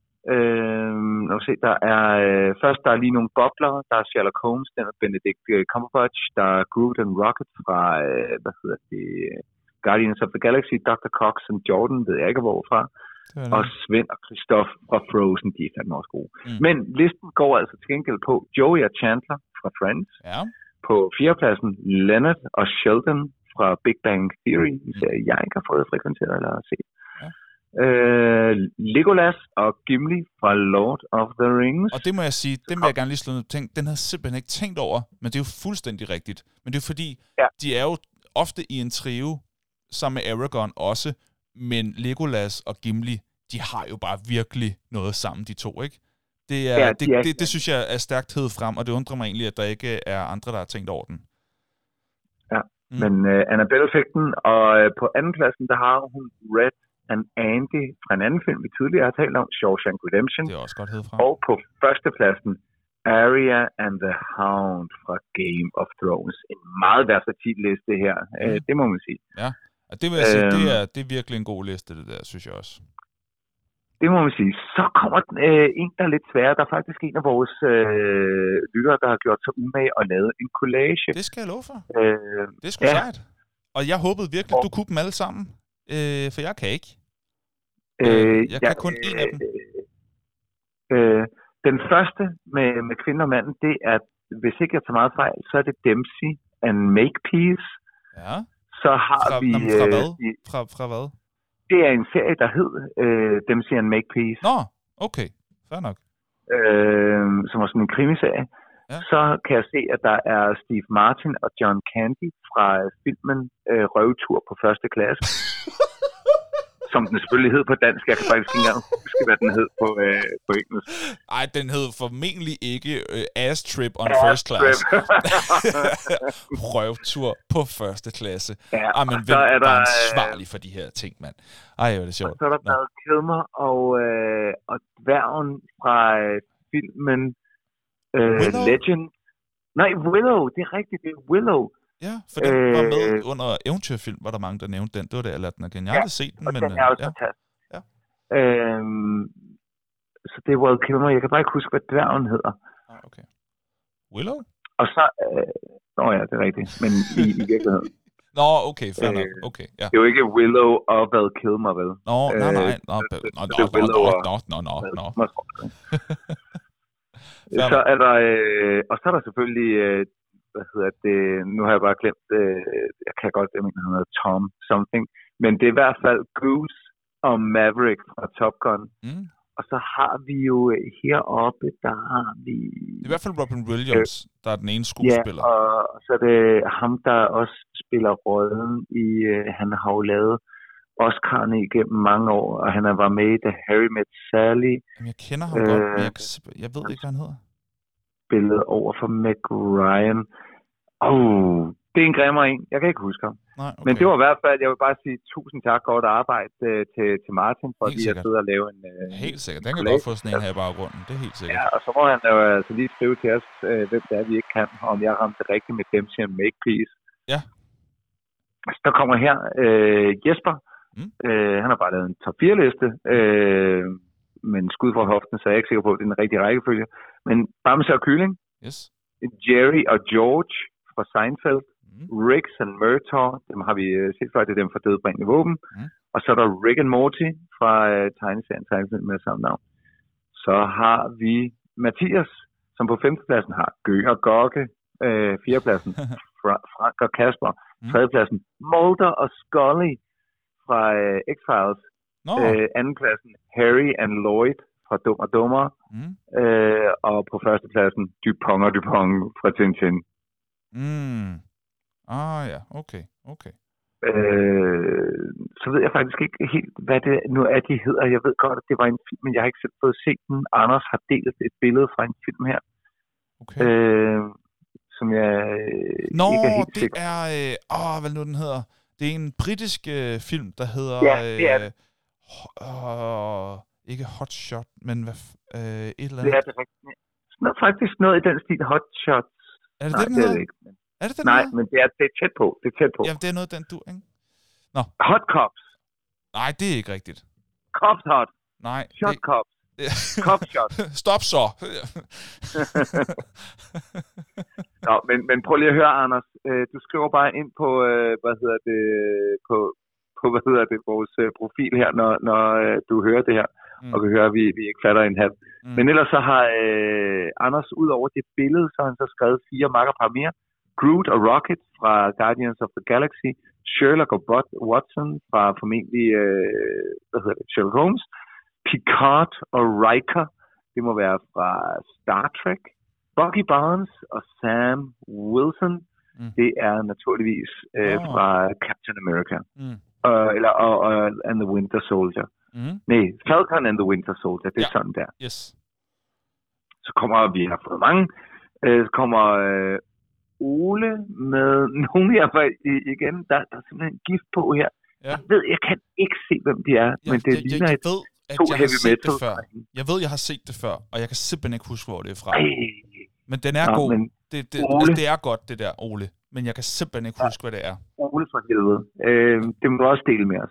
Speaker 2: Der er først der er lige nogle bobler. Der er Sherlock Holmes, den er Benedict Cumberbatch. Der er Groot and Rocket fra Guardians of the Galaxy. Dr. Cox og Jordan, ved jeg ikke hvorfra. Og Svend og Christoph fra Frozen, de er fandme også gode. Men listen går altså til gengæld på Joey og Chandler fra Friends. Ja. På 4. pladsen, Leonard og Sheldon fra Big Bang Theory, jeg ikke har fået frekventeret eller set. Ja. Legolas og Gimli fra Lord of the Rings.
Speaker 1: Og det må jeg sige, det må jeg gerne lige slå ned tænke, den havde simpelthen ikke tænkt over, men det er jo fuldstændig rigtigt. Men det er jo fordi, de er jo ofte i en trio, sammen med Aragorn også, men Legolas og Gimli, de har jo bare virkelig noget sammen, de to, ikke? Det synes jeg er stærkt hævet frem, og det undrer mig egentlig, at der ikke er andre, der har tænkt over den.
Speaker 2: Ja, men Annabelle fik den, og på 2. pladsen, der har hun Red and Andy fra en anden film, vi tidligere har talt om, Shawshank Redemption.
Speaker 1: Det er også godt hævet frem.
Speaker 2: Og på 1. pladsen, Arya and the Hound fra Game of Thrones. En meget versatil liste her, det må man sige.
Speaker 1: Ja, og det vil jeg sige, det er virkelig en god liste, det der, synes jeg også.
Speaker 2: Det må man sige. Så kommer en, der er lidt sværere. Der er faktisk en af vores lyttere, der har gjort sig umage og lavet en collage.
Speaker 1: Det skal jeg love for. Det er sgu sejt. Og jeg håbede virkelig, at du kunne dem alle sammen. For jeg kan ikke. Jeg kan kun en af dem.
Speaker 2: Den første med kvinden og manden, det er, hvis ikke jeg tager meget fejl, så er det Dempsey and Makepeace.
Speaker 1: Ja.
Speaker 2: Så har vi...
Speaker 1: Fra hvad? Fra hvad?
Speaker 2: Det er en serie, der hed Dempsey and Makepeace.
Speaker 1: Nå, okay. Fair nok.
Speaker 2: Som var sådan en krimiserie. Ja. Så kan jeg se, at der er Steve Martin og John Candy fra filmen Røvtur på 1. klasse. Som den selvfølgelig hed på dansk. Jeg kan faktisk ikke engang huske, hvad den hed på engelsk.
Speaker 1: Ej, den hed formentlig ikke Ass Trip on First Class. Røvtur på 1. klasse. Ja, men hvem er ansvarlig for de her ting, mand? Ej, hvor er det sjovt.
Speaker 2: Og så er der Val Kilmer og dværgen fra filmen Legend. Nej, Willow. Det er rigtigt, det er Willow.
Speaker 1: Ja, for den var med under eventyrfilm, var der mange, der nævnte den. Det var det, jeg lærte den igen. Jeg har aldrig set den,
Speaker 2: og
Speaker 1: men...
Speaker 2: den er også fantastisk.
Speaker 1: Ja.
Speaker 2: Så det er Val Kilmer. Jeg kan bare ikke huske, hvad dværgen hedder.
Speaker 1: Okay. Willow?
Speaker 2: Og så... ja, det er rigtigt. Men i virkeligheden.
Speaker 1: Nå, okay, fair nok. Okay, ja.
Speaker 2: Det er jo ikke Willow og Val Kilmer, vel?
Speaker 1: Nå, nej.
Speaker 2: Så er der... og så er der selvfølgelig... nu har jeg bare glemt... jeg kan godt... Jeg mener, han hedder Tom something. Men det er i hvert fald Goose og Maverick fra Top Gun. Og så har vi jo heroppe, der har vi...
Speaker 1: I hvert fald Robin Williams, der er den ene skuespiller.
Speaker 2: Ja, og så er det ham, der også spiller rollen i... han har jo lavet Oscar'ne igennem mange år, og han var med i The Harry Met Sally.
Speaker 1: Jamen, jeg kender ham godt, men jeg ved ikke, hvad han hedder.
Speaker 2: Spillet over for Meg Ryan. Det er en grimmer en. Jeg kan ikke huske ham.
Speaker 1: Nej, okay.
Speaker 2: Men det var i hvert fald, jeg vil bare sige tusind tak, godt arbejde til Martin, for at jeg sidder og laver en...
Speaker 1: Helt sikkert. Den kan godt få sådan en her i baggrunden. Det er helt sikkert.
Speaker 2: Ja, og så må han jo altså lige skrive til os, hvem det er, vi ikke kan, og om jeg ramte det rigtigt med Dempsey Makepeace.
Speaker 1: Ja.
Speaker 2: Så der kommer her Jesper. Han har bare lavet en top 4-liste, men skud fra hoften, så er jeg ikke sikker på, at det er den rigtige rækkefølge. Men Bamse og Kylling.
Speaker 1: Yes.
Speaker 2: Jerry og George fra Seinfeld. Riggs and Murtaugh, dem har vi set før, det er dem fra Dødbringende Våben. Og så er der Rick and Morty fra tegneserien Seinfeld med samme navn. Så har vi Mathias, som på 5. pladsen har Gø og Gokke. 4. pladsen Frank og Kasper. 3. pladsen Mulder og Scully fra X-Files. 2. pladsen Harry and Lloyd fra Dum og Dummer. Og på 1. pladsen Dupont og Dupont fra Tintin.
Speaker 1: Ja, okay.
Speaker 2: Så ved jeg faktisk ikke helt, hvad det nu er, de hedder. Jeg ved godt, at det var en film, men jeg har ikke selv fået set den. Anders har delt et billede fra en film her.
Speaker 1: Okay.
Speaker 2: Som jeg ikke er helt sikker.
Speaker 1: Hvad nu den hedder? Det er en britisk film, der hedder...
Speaker 2: Ja, det er det.
Speaker 1: Ikke Hot Shot, men et eller andet.
Speaker 2: Det er det rigtigt. Faktisk noget i den stil Hot Shot.
Speaker 1: Er det den hedder? Er det den
Speaker 2: Nej,
Speaker 1: her?
Speaker 2: men det er tæt på.
Speaker 1: Jamen, det er noget, den du, ikke? Nå.
Speaker 2: Hot Cops.
Speaker 1: Nej, det er ikke rigtigt.
Speaker 2: Cops Hot.
Speaker 1: Nej.
Speaker 2: Shot Cops. Cop Shot.
Speaker 1: Stop så.
Speaker 2: Nå, men prøv lige at høre, Anders. Du skriver bare ind på, vores profil her, når du hører det her. Og vi hører, at vi ikke fatter en halv. Men ellers så har Anders, ud over det billede, så har han så skrevet 4 makkerpar mere. Groot og Rocket fra Guardians of the Galaxy, Sherlock og Watson fra formentlig Sherlock Holmes, Picard og Riker, det må være fra Star Trek, Bucky Barnes og Sam Wilson, det er naturligvis fra Captain America, and the Winter Soldier. Nej, Falcon and the Winter Soldier, det er sådan der.
Speaker 1: Yes.
Speaker 2: Så kommer vi har fået mange, så kommer Ole med nogle her igen, der er simpelthen gift på her. Ja. Jeg kan ikke se, hvem de er, men det ligner et to heavy metal.
Speaker 1: Jeg ved, jeg har set det før, og jeg kan simpelthen ikke huske, hvor det er fra. Men den er god. Det er godt, det der, Ole. Men jeg kan simpelthen ikke huske, hvad det er.
Speaker 2: Ole for helvede. Det må du også dele med os.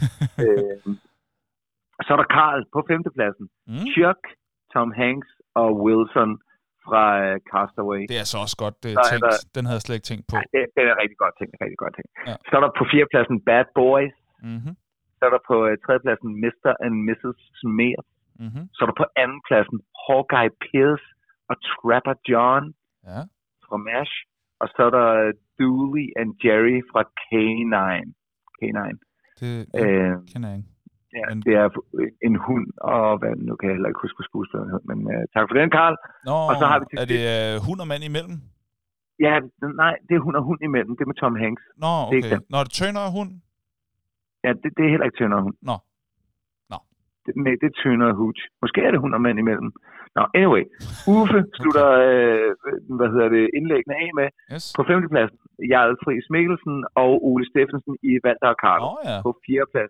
Speaker 2: Så er der Carl på 5. pladsen. Chuck, Tom Hanks og Wilson fra Castaway.
Speaker 1: Det er så også godt tænkt. Den havde jeg slet ikke tænkt på.
Speaker 2: Ja, det er rigtig godt tænkt. Ja. Så er der på 4. pladsen Bad Boys. Så er der på 3. pladsen Mr. and Mrs. Smith. Så er der på 2. pladsen Hawkeye Pierce og Trapper John fra MASH. Og så er der Dooley and Jerry fra K9.
Speaker 1: Det kender jeg ikke.
Speaker 2: Ja, det er en hund, og hvad nu kan jeg heller ikke huske skuespilleren hed, men tak for den, Karl.
Speaker 1: Og så har vi er det hund og mand imellem?
Speaker 2: Ja, nej, det er hund og hund imellem, det er med Tom Hanks.
Speaker 1: Nå, okay. Nå, er det Turner og hund?
Speaker 2: Ja, det er heller ikke Turner og hund.
Speaker 1: Nå.
Speaker 2: Nej, det er Turner og Hooch. Måske er det hund og mand imellem. Nå, anyway. Uffe slutter, indlæggene af med.
Speaker 1: Yes.
Speaker 2: På 5. pladsen, Jarl Friis Mikkelsen og Ole Steffensen i Walter og Carlo.
Speaker 1: Ja.
Speaker 2: På 4. pladsen,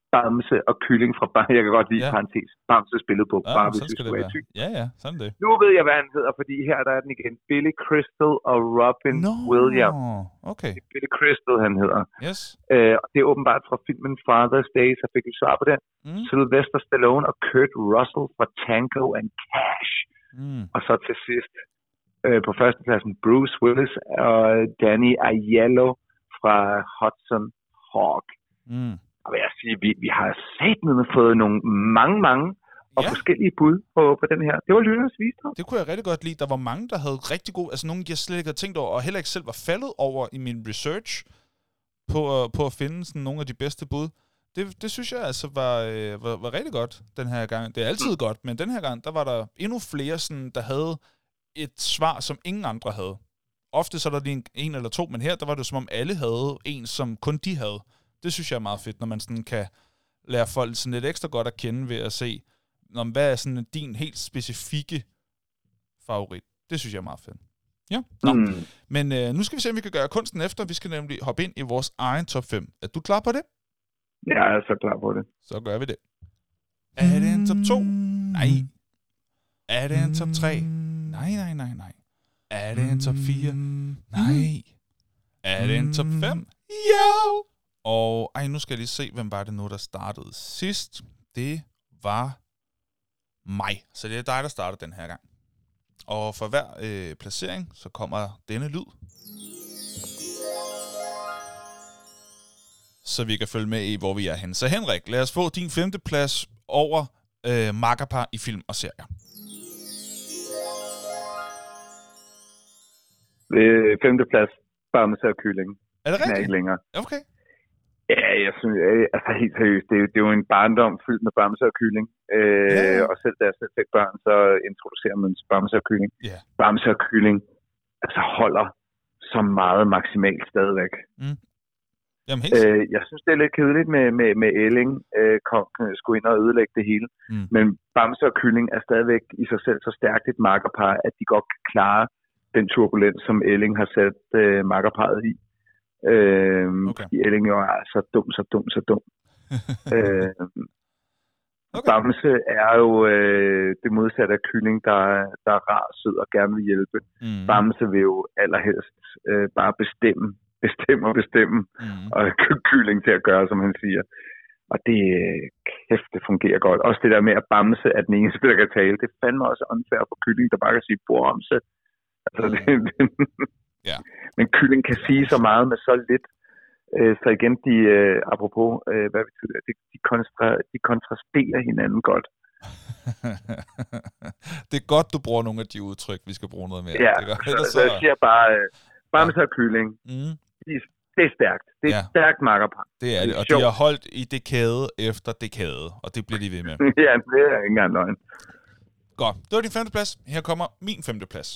Speaker 2: Bamse og Kylling fra Bamse. Jeg kan godt lide parentes. Bamses billedbog.
Speaker 1: Ja,
Speaker 2: bare hvis
Speaker 1: sådan
Speaker 2: vi
Speaker 1: skal
Speaker 2: skulle
Speaker 1: det
Speaker 2: være
Speaker 1: være. Ja, sådan det.
Speaker 2: Nu ved jeg, hvad han hedder, fordi her der er den igen. Billy Crystal og Robin Williams.
Speaker 1: Okay.
Speaker 2: Det er Billy Crystal, han hedder.
Speaker 1: Yes.
Speaker 2: Det er åbenbart fra filmen Father's Day, så fik vi svar på den. Sylvester Stallone og Kurt Russell fra Tango and Cash. Og så til sidst på førstepladsen Bruce Willis og Danny Aiello fra Hudson Hawk. Og vil jeg sige, vi har satme fået nogle mange og forskellige bud på den her. Det var lytternes visdom.
Speaker 1: Det kunne jeg rigtig godt lide. Der var mange, der havde rigtig gode, altså nogle, jeg slet ikke havde tænkt over, og heller ikke selv var faldet over i min research på at finde sådan nogle af de bedste bud. Det synes jeg altså var rigtig godt den her gang. Det er altid godt, men den her gang, der var der endnu flere, sådan, der havde et svar, som ingen andre havde. Ofte så er der lige en eller to, men her, der var det som om alle havde en, som kun de havde. Det synes jeg er meget fedt, når man sådan kan lære folk sådan lidt ekstra godt at kende ved at se, hvad er sådan din helt specifikke favorit. Det synes jeg er meget fedt. Ja, men nu skal vi se, om vi kan gøre kunsten efter. Vi skal nemlig hoppe ind i vores egen top 5. Er du klar på det?
Speaker 2: Ja, jeg er så klar på det.
Speaker 1: Så gør vi det. Er det en top 2? Nej. Er det en top 3? Nej. Er det en top 4? Nej. Er det en top 5? Jo! Og nu skal jeg lige se, hvem var det nu, der startede sidst. Det var mig. Så det er dig, der starter den her gang. Og for hver placering, så kommer denne lyd. Så vi kan følge med i, hvor vi er henne. Så Henrik, lad os få din 5. plads over makkerpar i film og serier.
Speaker 2: 5. plads, Bamse og Kylling.
Speaker 1: Er det rigtigt?
Speaker 2: Ikke længere.
Speaker 1: Okay.
Speaker 2: Ja, jeg synes, altså helt seriøst, det er jo en barndom fyldt med Bamse og Kylling. Og selv da jeg selv fik børn, så introducerer man Bamse og Kylling.
Speaker 1: Yeah.
Speaker 2: Bamse og Kylling altså holder så meget maksimalt stadigvæk.
Speaker 1: Jamen,
Speaker 2: jeg synes, det er lidt kedeligt med Elling skulle ind og ødelægge det hele. Men Bamse og Kylling er stadigvæk i sig selv så stærkt et makkerpar, at de godt kan klare den turbulens, som Elling har sat makkerparet i. Fordi Elling jo er så dum. Bamse er jo det modsatte af Kylling, der er rar, sød og gerne vil hjælpe. Bamse vil jo allerhelst bare bestemme, og Kylling til at gøre, som han siger. Og det det fungerer godt. Også det der med, at Bamse er den eneste, der kan tale, det fandme også unfair for Kylling, der bare kan sige Bamse. Altså, Men Kylling kan sige så meget med så lidt. Så igen, apropos, hvad betyder det? De kontrasterer hinanden godt.
Speaker 1: Det er godt, du bruger nogle af de udtryk, vi skal bruge noget mere.
Speaker 2: Ja, så jeg siger bare, Bamse og Kylling, det er stærkt. Det er et stærkt makkerpar.
Speaker 1: Det er det, og de har holdt i dekade efter dekade, og det bliver de ved med.
Speaker 2: Ja, det er ikke engang løgn.
Speaker 1: Godt, det var din 5. plads. Her kommer min 5. plads.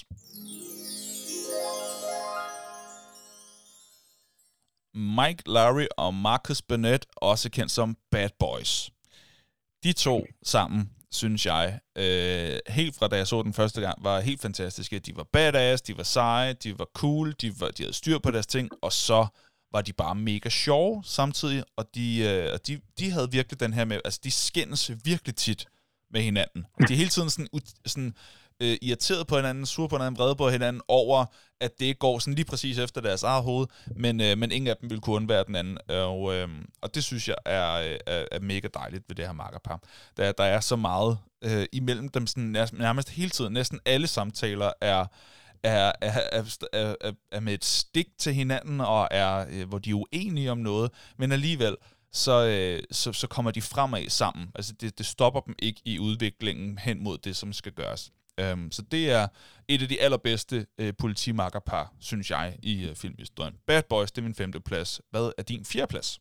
Speaker 1: Mike Lowrey og Marcus Burnett, også kendt som Bad Boys. De to sammen, synes jeg, helt fra da jeg så den første gang, var helt fantastiske. De var badass, de var seje, de var cool, de havde styr på deres ting, og så var de bare mega sjove samtidig, og de havde virkelig den her med, altså de skændes virkelig tit med hinanden. De er hele tiden sådan irriteret på hinanden, sur på hinanden, vrede på hinanden over, at det går sådan lige præcis efter deres eget hoved, men ingen af dem vil kunne undvære den anden. Og det synes jeg er mega dejligt ved det her makkerpar. Der er så meget imellem dem, sådan nærmest hele tiden. Næsten alle samtaler er med et stik til hinanden, og hvor de er uenige om noget, men alligevel så kommer de fremad sammen. Altså det stopper dem ikke i udviklingen hen mod det, som skal gøres. Så det er et af de allerbedste politimakkerpar, synes jeg, i filmhistorien. Bad Boys, det er min 5. plads. Hvad er din 4. plads?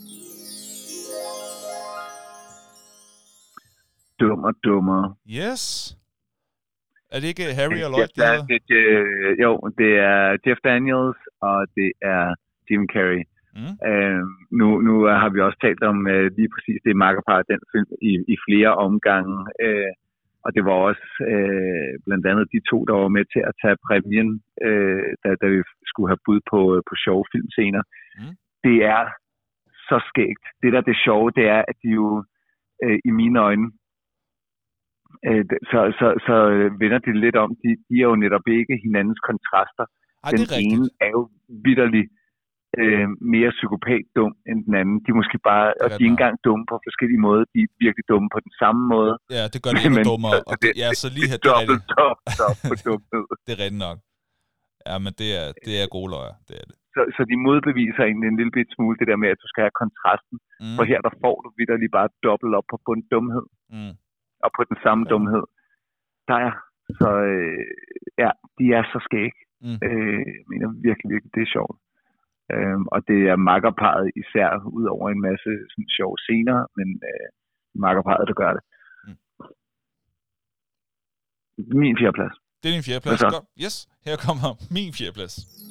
Speaker 2: Dum og dummere.
Speaker 1: Yes. Er det ikke Harry og Lloyd?
Speaker 2: Jo, det er Jeff Daniels, og det er Jim Carrey. Nu har vi også talt om lige præcis det makkerpar af den film i flere omgange. Og det var også blandt andet de to, der var med til at tage præmien, da vi skulle have bud på sjove filmscener. Det er så skægt. Det der det sjove, det er, at de jo i mine øjne, så vender de lidt om. De er jo netop ikke hinandens kontraster. Den ene er jo vitterlig mere psykopat-dum end den anden. De er måske bare, og de er ikke engang dumme på forskellige måder. De er virkelig dumme på den samme måde.
Speaker 1: Ja, det gør det endnu dummere. Og det, ja, så lige her, det er
Speaker 2: dobbelt på dumhed.
Speaker 1: Det er rigtigt nok. Ja, men det er gode løjer. Det er det.
Speaker 2: Så de modbeviser egentlig en lille bit smule det der med, at du skal have kontrasten. For her, der får du vitterlig bare dobbelt op på en dumhed. Og på den samme dumhed. Der er så, ja, de er så skæg. Jeg mener virkelig, virkelig, det er sjovt. Og det er makkerparret især, ud over en masse sådan, sjove scener, men makkerparret, der gør det. Min 4. plads.
Speaker 1: Det er din 4. plads. Godt. Yes, her kommer min 4. plads.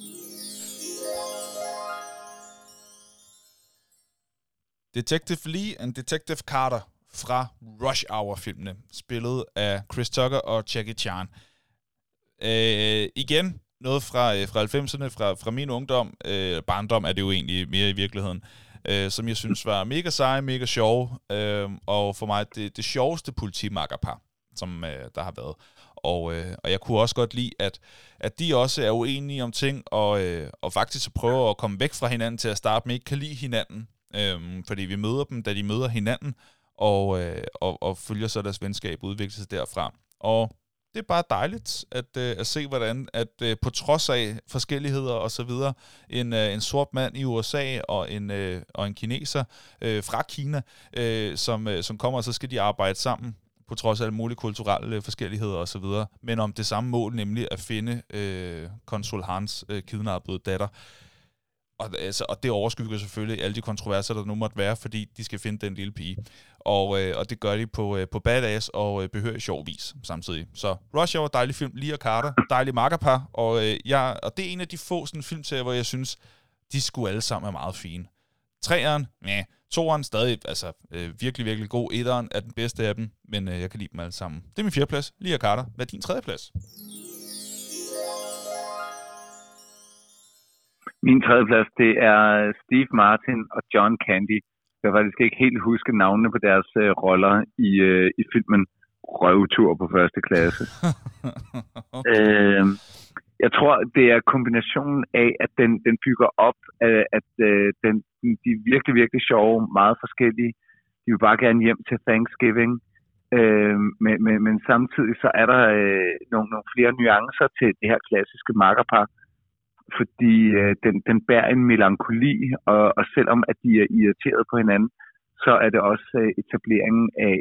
Speaker 1: Detective Lee and Detective Carter fra Rush Hour-filmene, spillet af Chris Tucker og Jackie Chan. Igen, noget fra 90'erne, fra min ungdom. Barndom er det jo egentlig mere i virkeligheden. Som jeg synes var mega seje, mega sjove. Og for mig det sjoveste politimakkerpar, som der har været. Og jeg kunne også godt lide, at de også er uenige om ting, og faktisk prøver at komme væk fra hinanden til at starte med, ikke kan lide hinanden. Fordi vi møder dem, da de møder hinanden, og følger så deres venskab udvikles derfra. Og det er bare dejligt at se, hvordan at på trods af forskelligheder og så videre, en sort mand i USA og en kineser fra Kina, som kommer, og så skal de arbejde sammen på trods af alle mulige kulturelle forskelligheder og så videre, men om det samme mål, nemlig at finde konsul Hans kidnappede datter. Og det overskygger selvfølgelig alle de kontroverser, der nu måtte være, fordi de skal finde den lille pige. Og det gør de på badass og behørig sjov vis samtidig. Så Rush Hour, dejlig film. Lee og Carter, dejlig makkerpar. Og det er en af de få sådan filmserier, hvor jeg synes, de skulle alle sammen er meget fine. 3'eren, ja. 2'eren stadig, altså virkelig, virkelig god. 1'eren er den bedste af dem, men jeg kan lide dem alle sammen. Det er min 4. plads. Lee og Carter. Hvad er din 3. plads?
Speaker 2: Min 3. plads, det er Steve Martin og John Candy. Jeg kan faktisk ikke helt huske navnene på deres roller i filmen Røvtur på 1. klasse. Okay. Jeg tror, det er kombinationen af, at den bygger op, at de er virkelig, virkelig sjove, meget forskellige. De vil bare gerne hjem til Thanksgiving. Men samtidig så er der nogle flere nuancer til det her klassiske makkerpar. Fordi den bærer en melankoli, og selvom at de er irriteret på hinanden, så er det også etableringen af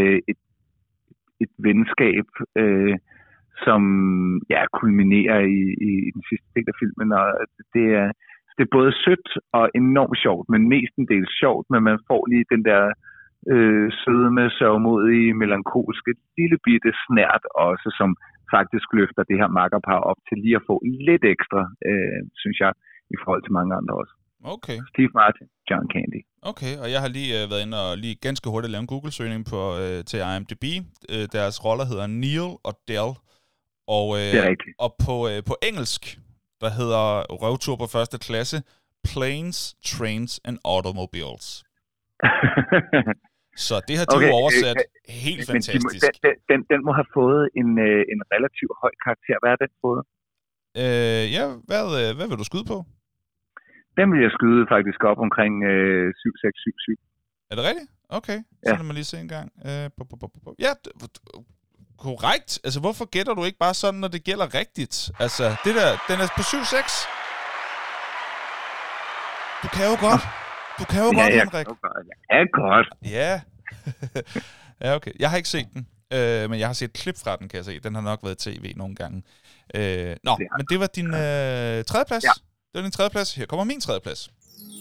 Speaker 2: et venskab, som kulminerer i den sidste del af filmen. Og det er både sødt og enormt sjovt, men mestendels sjovt, men man får lige den der sødme, sørgmodige, melankolske lille bitte snært også, som faktisk løfter det her makkerpar op til lige at få lidt ekstra, synes jeg, i forhold til mange andre også.
Speaker 1: Okay.
Speaker 2: Steve Martin, John Candy.
Speaker 1: Okay, og jeg har lige været inde og lige ganske hurtigt lavet en Google-søgning til IMDb. Deres roller hedder Neil og Del. Og,
Speaker 2: det er rigtigt.
Speaker 1: Og på engelsk, der hedder Røvtur på 1. klasse, Planes, Trains and Automobiles. Så det har de jo oversat helt fantastisk.
Speaker 2: Den må have fået en relativt høj karakter. Hvad er den fået?
Speaker 1: Ja, hvad vil du skyde på?
Speaker 2: Den vil jeg skyde faktisk op omkring 7,677.
Speaker 1: Er det rigtigt? Okay, så lad mig lige se en gang. Ja, korrekt. Altså, hvorfor gætter du ikke bare sådan, når det gælder rigtigt? Altså, det der, den er på 7,6. Du kan jo godt. Du kan jo godt, Henrik.
Speaker 2: Ja, godt.
Speaker 1: Ja. Ja, okay. Jeg har ikke set den, men jeg har set et klip fra den, kan jeg se. Den har nok været i tv nogle gange. Men det var din 3. plads. Ja. Det var din 3. plads. Her kommer min 3. plads.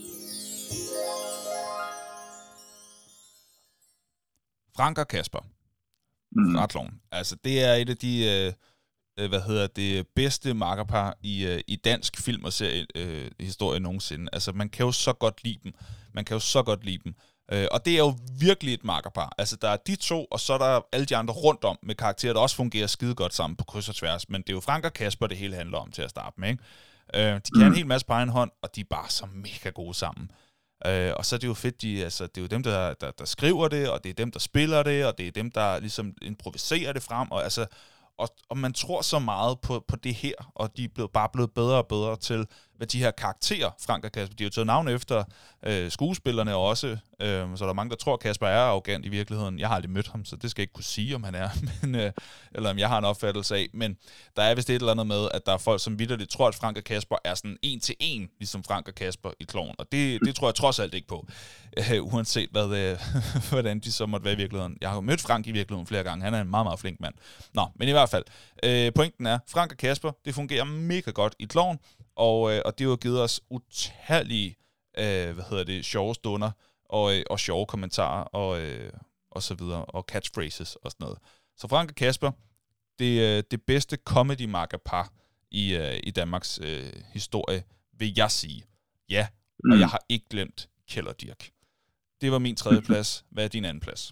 Speaker 1: Frank og Kasper. Ratloven. Altså, det er et af de bedste makkerpar i dansk film- og seriehistorie nogensinde. Altså, man kan jo så godt lide dem. Og det er jo virkelig et makkerpar. Altså, der er de to, og så er der alle de andre rundt om med karakterer, der også fungerer skide godt sammen på kryds og tværs. Men det er jo Frank og Kasper, det hele handler om til at starte med, ikke? De kan en hel masse på egen hånd, og de er bare så mega gode sammen. Og så er det jo fedt, det er jo dem, der skriver det, og det er dem, der spiller det, og det er dem, der ligesom improviserer det frem, og man tror så meget på det her, og de er bare blevet bedre og bedre til, hvad de her karakterer, Frank og Kasper, de har jo taget navn efter skuespillerne også, så der er mange, der tror, at Kasper er arrogant i virkeligheden. Jeg har aldrig mødt ham, så det skal jeg ikke kunne sige, om han er, eller om jeg har en opfattelse af, men der er vist et eller andet med, at der er folk, som vitterligt tror, at Frank og Kasper er sådan en til en, ligesom Frank og Kasper i Klovn, og det tror jeg trods alt ikke på, uanset hvordan de så måtte være i virkeligheden. Jeg har jo mødt Frank i virkeligheden flere gange, han er en meget, meget flink mand. Nå, men i hvert fald, pointen er, Frank og Kasper, det fungerer mega godt i Klovn, og det har jo givet os utallige, sjove stunder, og sjove kommentarer, og så videre, og catchphrases og sådan noget. Så Frank og Kasper, det bedste comedy-makkerpar i Danmarks historie, vil jeg sige. Ja, og jeg har ikke glemt Kjeld og Dirch. Det var min 3. plads. Hvad er din 2. plads?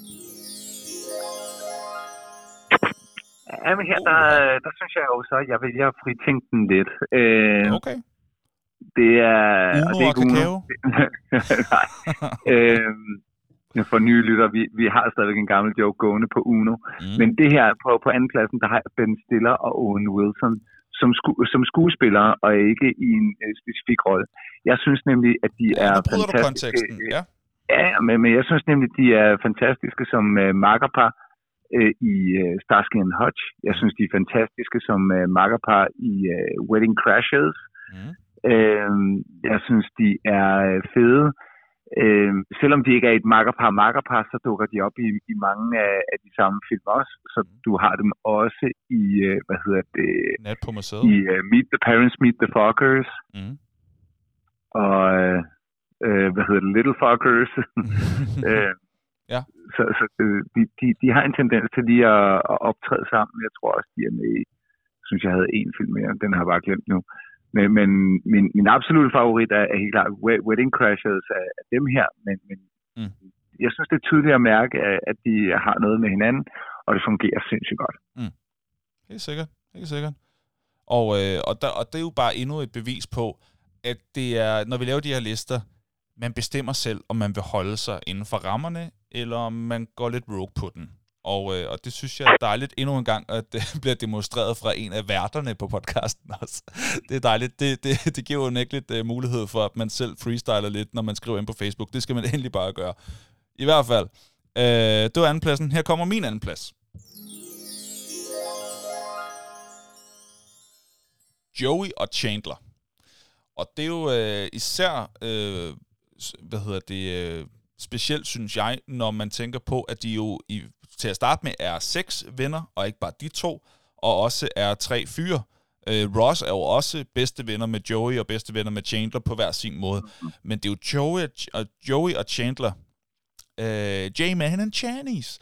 Speaker 2: Jamen her, der synes jeg jo så, at jeg vælger at fritænke den lidt.
Speaker 1: Okay.
Speaker 2: Det er...
Speaker 1: Uno og kakao?
Speaker 2: Nej. For nye lytter, vi har stadigvæk en gammel joke gående på Uno. Men det her, på andenpladsen, der har jeg Ben Stiller og Owen Wilson som skuespillere, og ikke i en specifik rolle. Jeg synes nemlig, at de er fantastiske.
Speaker 1: Konteksten, ja.
Speaker 2: Ja, men jeg synes nemlig, at de er fantastiske som makkerpar i Starsky and Hutch. Jeg synes, de er fantastiske som makkerpar i Wedding Crashers. Jeg synes, de er fede. Selvom de ikke er et makkerpar, så dukker de op i mange af de samme film også. Så du har dem også i,
Speaker 1: Nat på museet.
Speaker 2: I Meet the Parents, Meet the Fuckers. Og, Little Fuckers.
Speaker 1: Ja.
Speaker 2: Så de har en tendens til lige at optræde sammen. Jeg tror også, de er med i, synes jeg havde en film mere. Den har jeg bare glemt nu. Men min absolutte favorit er helt klart Wedding Crashers af dem her. Men jeg synes, det er tydeligt at mærke, at de har noget med hinanden, og det fungerer sindssygt godt.
Speaker 1: Helt sikkert. Og det er jo bare endnu et bevis på, at det er, når vi laver de her lister, man bestemmer selv, om man vil holde sig inden for rammerne, eller om man går lidt rogue på den. Og det synes jeg er dejligt endnu en gang, at det bliver demonstreret fra en af værterne på podcasten også. Det er dejligt. Det giver jo nægteligt mulighed for, at man selv freestyler lidt, når man skriver ind på Facebook. Det skal man endelig bare gøre. I hvert fald. Det var andenpladsen. Her kommer min andenplads. Joey og Chandler. Og det er jo især, specielt synes jeg, når man tænker på, at de jo til at starte med er 6 venner, og ikke bare de 2, og også er 3 fyre. Ross er jo også bedste venner med Joey, og bedste venner med Chandler på hver sin måde. Men det er jo Joey og Chandler, J-Man and Channies,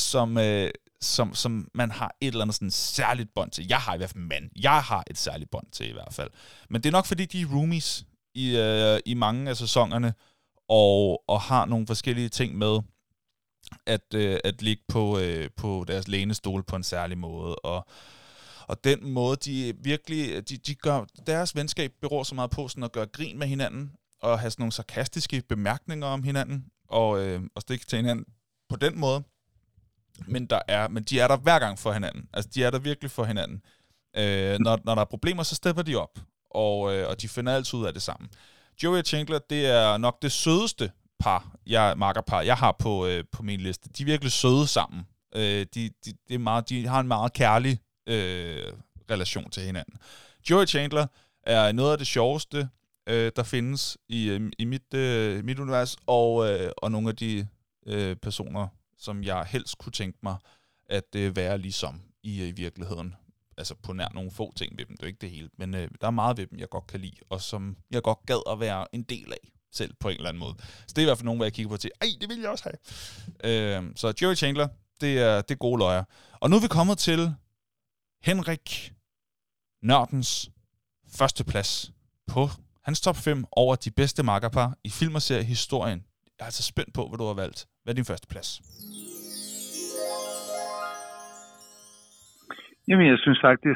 Speaker 1: som man har et eller andet sådan særligt bånd til. Jeg har et særligt bånd til i hvert fald. Men det er nok fordi, de er roomies i mange af sæsonerne, og har nogle forskellige ting med at ligge på deres lænestol på en særlig måde. Og den måde, de virkelig, de gør, deres venskab beror så meget på sådan at gøre grin med hinanden, og have sådan nogle sarkastiske bemærkninger om hinanden, og stikke til hinanden på den måde. Men de er der hver gang for hinanden. Altså, de er der virkelig for hinanden. Når der er problemer, så stepper de op, og de finder altid ud af det sammen. Joey og Chandler, det er nok det sødeste makkerpar, jeg har på min liste. De er virkelig søde sammen. De har en meget kærlig relation til hinanden. Joey og Chandler er noget af det sjoveste, der findes i mit univers, og nogle af de personer, som jeg helst kunne tænke mig at være ligesom i virkeligheden. Altså på nær nogle få ting ved dem. Det er ikke det hele, men der er meget ved dem, jeg godt kan lide, og som jeg godt gad at være en del af selv på en eller anden måde. Så det er i hvert fald nogen, hvor jeg kigger på til, det vil jeg også have. Så Joey Chandler, det er gode løjer. Og nu er vi kommet til Henrik Nørdens første plads på hans top 5 over de bedste makkerpar i film- og seriehistorien. Jeg er altså spændt på, hvad du har valgt. Hvad er din første plads?
Speaker 2: Jamen, jeg synes faktisk,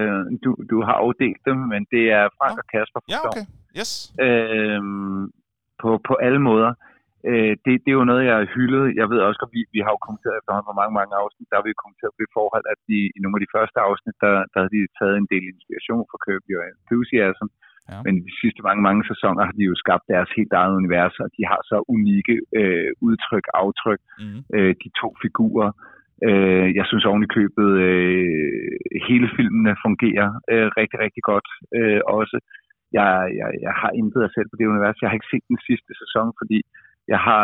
Speaker 2: du har afdelt dem, men det er Frank og Kasper.
Speaker 1: Ja, okay. Yes.
Speaker 2: på alle måder. Det er jo noget, jeg har hyldet. Jeg ved også, at vi har jo kommenteret efterhånden for mange afsnit, der har vi kommenteret på det forhold, at i nogle af de første afsnit, der havde de taget en del inspiration fra Curb Your Enthusiasm. Ja. Men de sidste mange sæsoner har de jo skabt deres helt eget univers, og de har så unikke aftryk, de to figurer. Jeg synes oven i købet, hele filmene fungerer rigtig, rigtig godt også. Jeg har intet af selv på det univers. Jeg har ikke set den sidste sæson, fordi jeg har,